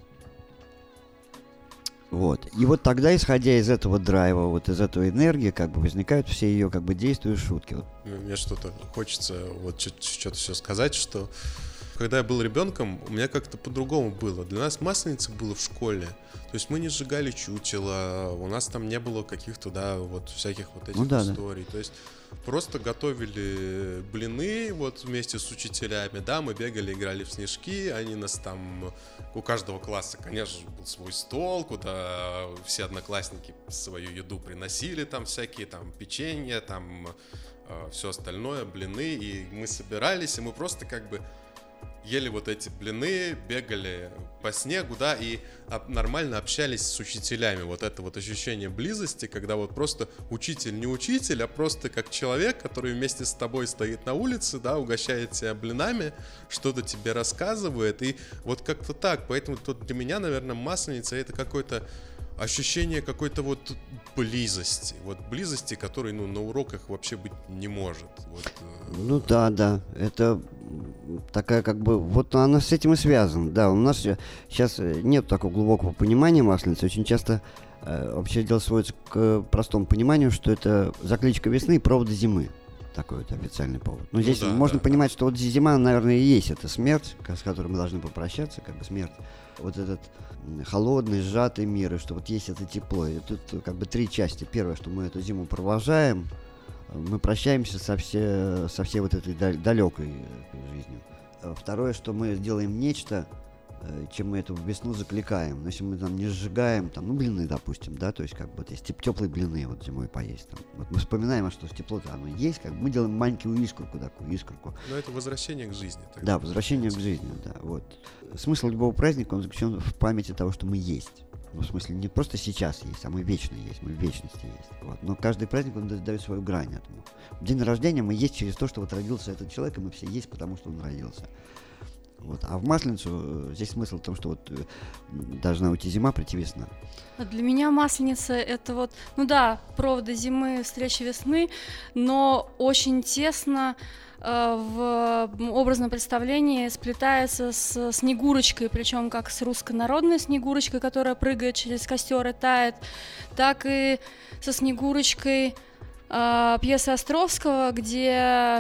Вот. И вот тогда, исходя из этого драйва, вот из этой энергии, как бы возникают все ее как бы действия и шутки. Вот. Мне что-то хочется вот что-то все сказать, что когда я был ребенком, у меня как-то по-другому было. Для нас Масленица было в школе. То есть мы не сжигали чучело, у нас там не было каких-то, да, вот всяких вот этих историй. Да. То есть просто готовили блины вот вместе с учителями, да, мы бегали, играли в снежки, они нас там, у каждого класса, конечно же, был свой стол, куда все одноклассники свою еду приносили, там всякие там печенье, там все остальное, блины, и мы собирались, и мы просто как бы ели вот эти блины, бегали по снегу, да, и нормально общались с учителями. Вот это вот ощущение близости, когда вот просто учитель не учитель, а просто как человек, который вместе с тобой стоит на улице, да, угощает тебя блинами, что-то тебе рассказывает, и вот как-то так. Поэтому тут для меня, наверное, Масленица — это какое-то ощущение какой-то вот близости, которой, ну, на уроках вообще быть не может. Вот. Ну да, это такая как бы, вот она с этим и связана. Да, у нас сейчас нет такого глубокого понимания Масленицы. Очень часто вообще дело сводится к простому пониманию, что это закличка весны и проводы зимы. Такой вот официальный повод. Но здесь можно понимать, что вот зима, наверное, и есть эта смерть, с которой мы должны попрощаться, как бы смерть. Вот этот холодный, сжатый мир, и что вот есть это тепло. И тут как бы три части. Первое, что мы эту зиму провожаем, мы прощаемся со всей вот этой далекой жизнью. Второе, что мы делаем нечто, чем мы эту весну закликаем. Но если мы там не сжигаем, там, ну, блины, допустим, да, то есть как бы вот есть теплые блины вот зимой поесть. Там. Вот мы вспоминаем, что тепло-то оно есть, как бы мы делаем маленькую искорку такую, искорку. Но это возвращение к жизни. Да, возвращение к жизни, да, вот. Смысл любого праздника, он заключен в памяти того, что мы есть. Ну, в смысле, не просто сейчас есть, а мы вечно есть, мы в вечности есть. Вот. Но каждый праздник, он дает свою грань этому. В день рождения мы есть через то, что вот родился этот человек, и мы все есть, потому что он родился. Вот. А в Масленицу здесь смысл в том, что вот должна уйти зима, прийти весна. Для меня Масленица — это вот, ну да, проводы зимы, встречи весны, но очень тесно в образном представлении сплетается с Снегурочкой, причем как с руссконародной Снегурочкой, которая прыгает через костер и тает, так и со Снегурочкой пьесы Островского, где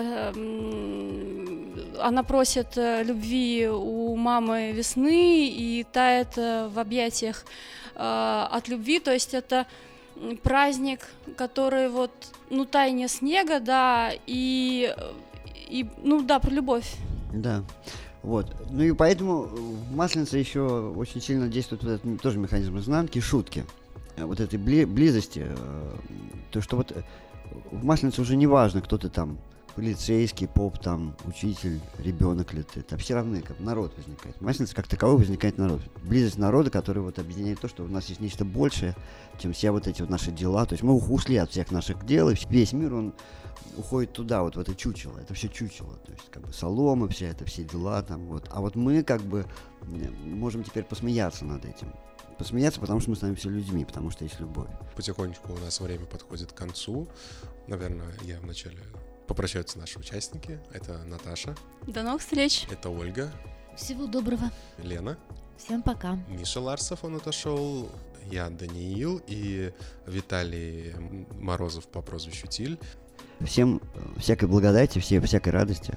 она просит любви у мамы весны и тает в объятиях от любви. То есть это праздник, который вот, ну, таяние снега, да, и ну да, про любовь. Да. Вот. Ну и поэтому в Масленице еще очень сильно действует вот этот тоже механизм изнанки, шутки. Вот этой близости. То, что вот в Масленице уже не важно, кто ты там, полицейский, поп, там, учитель, ребенок летит. А все равны, как народ возникает. Масленица как таковой возникает народ. Близость народа, который вот объединяет то, что у нас есть нечто большее, чем все вот эти вот наши дела. То есть мы ушли от всех наших дел, и весь мир, он уходит туда, вот в это чучело. Это все чучело. То есть как бы солома вся, это все дела там вот. А вот мы как бы можем теперь посмеяться над этим. Посмеяться, потому что мы становимся людьми, потому что есть любовь. Потихонечку у нас время подходит к концу. Наверное, я вначале попрощаются наши участники. Это Наташа. До новых встреч! Это Ольга. Всего доброго. Лена. Всем пока. Миша Ларсов, он отошел. Я Даниил и Виталий Морозов по прозвищу Тиль. Всем всякой благодати, всякой радости.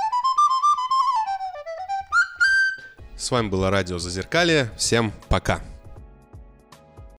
С вами было радио Зазеркалье. Всем пока!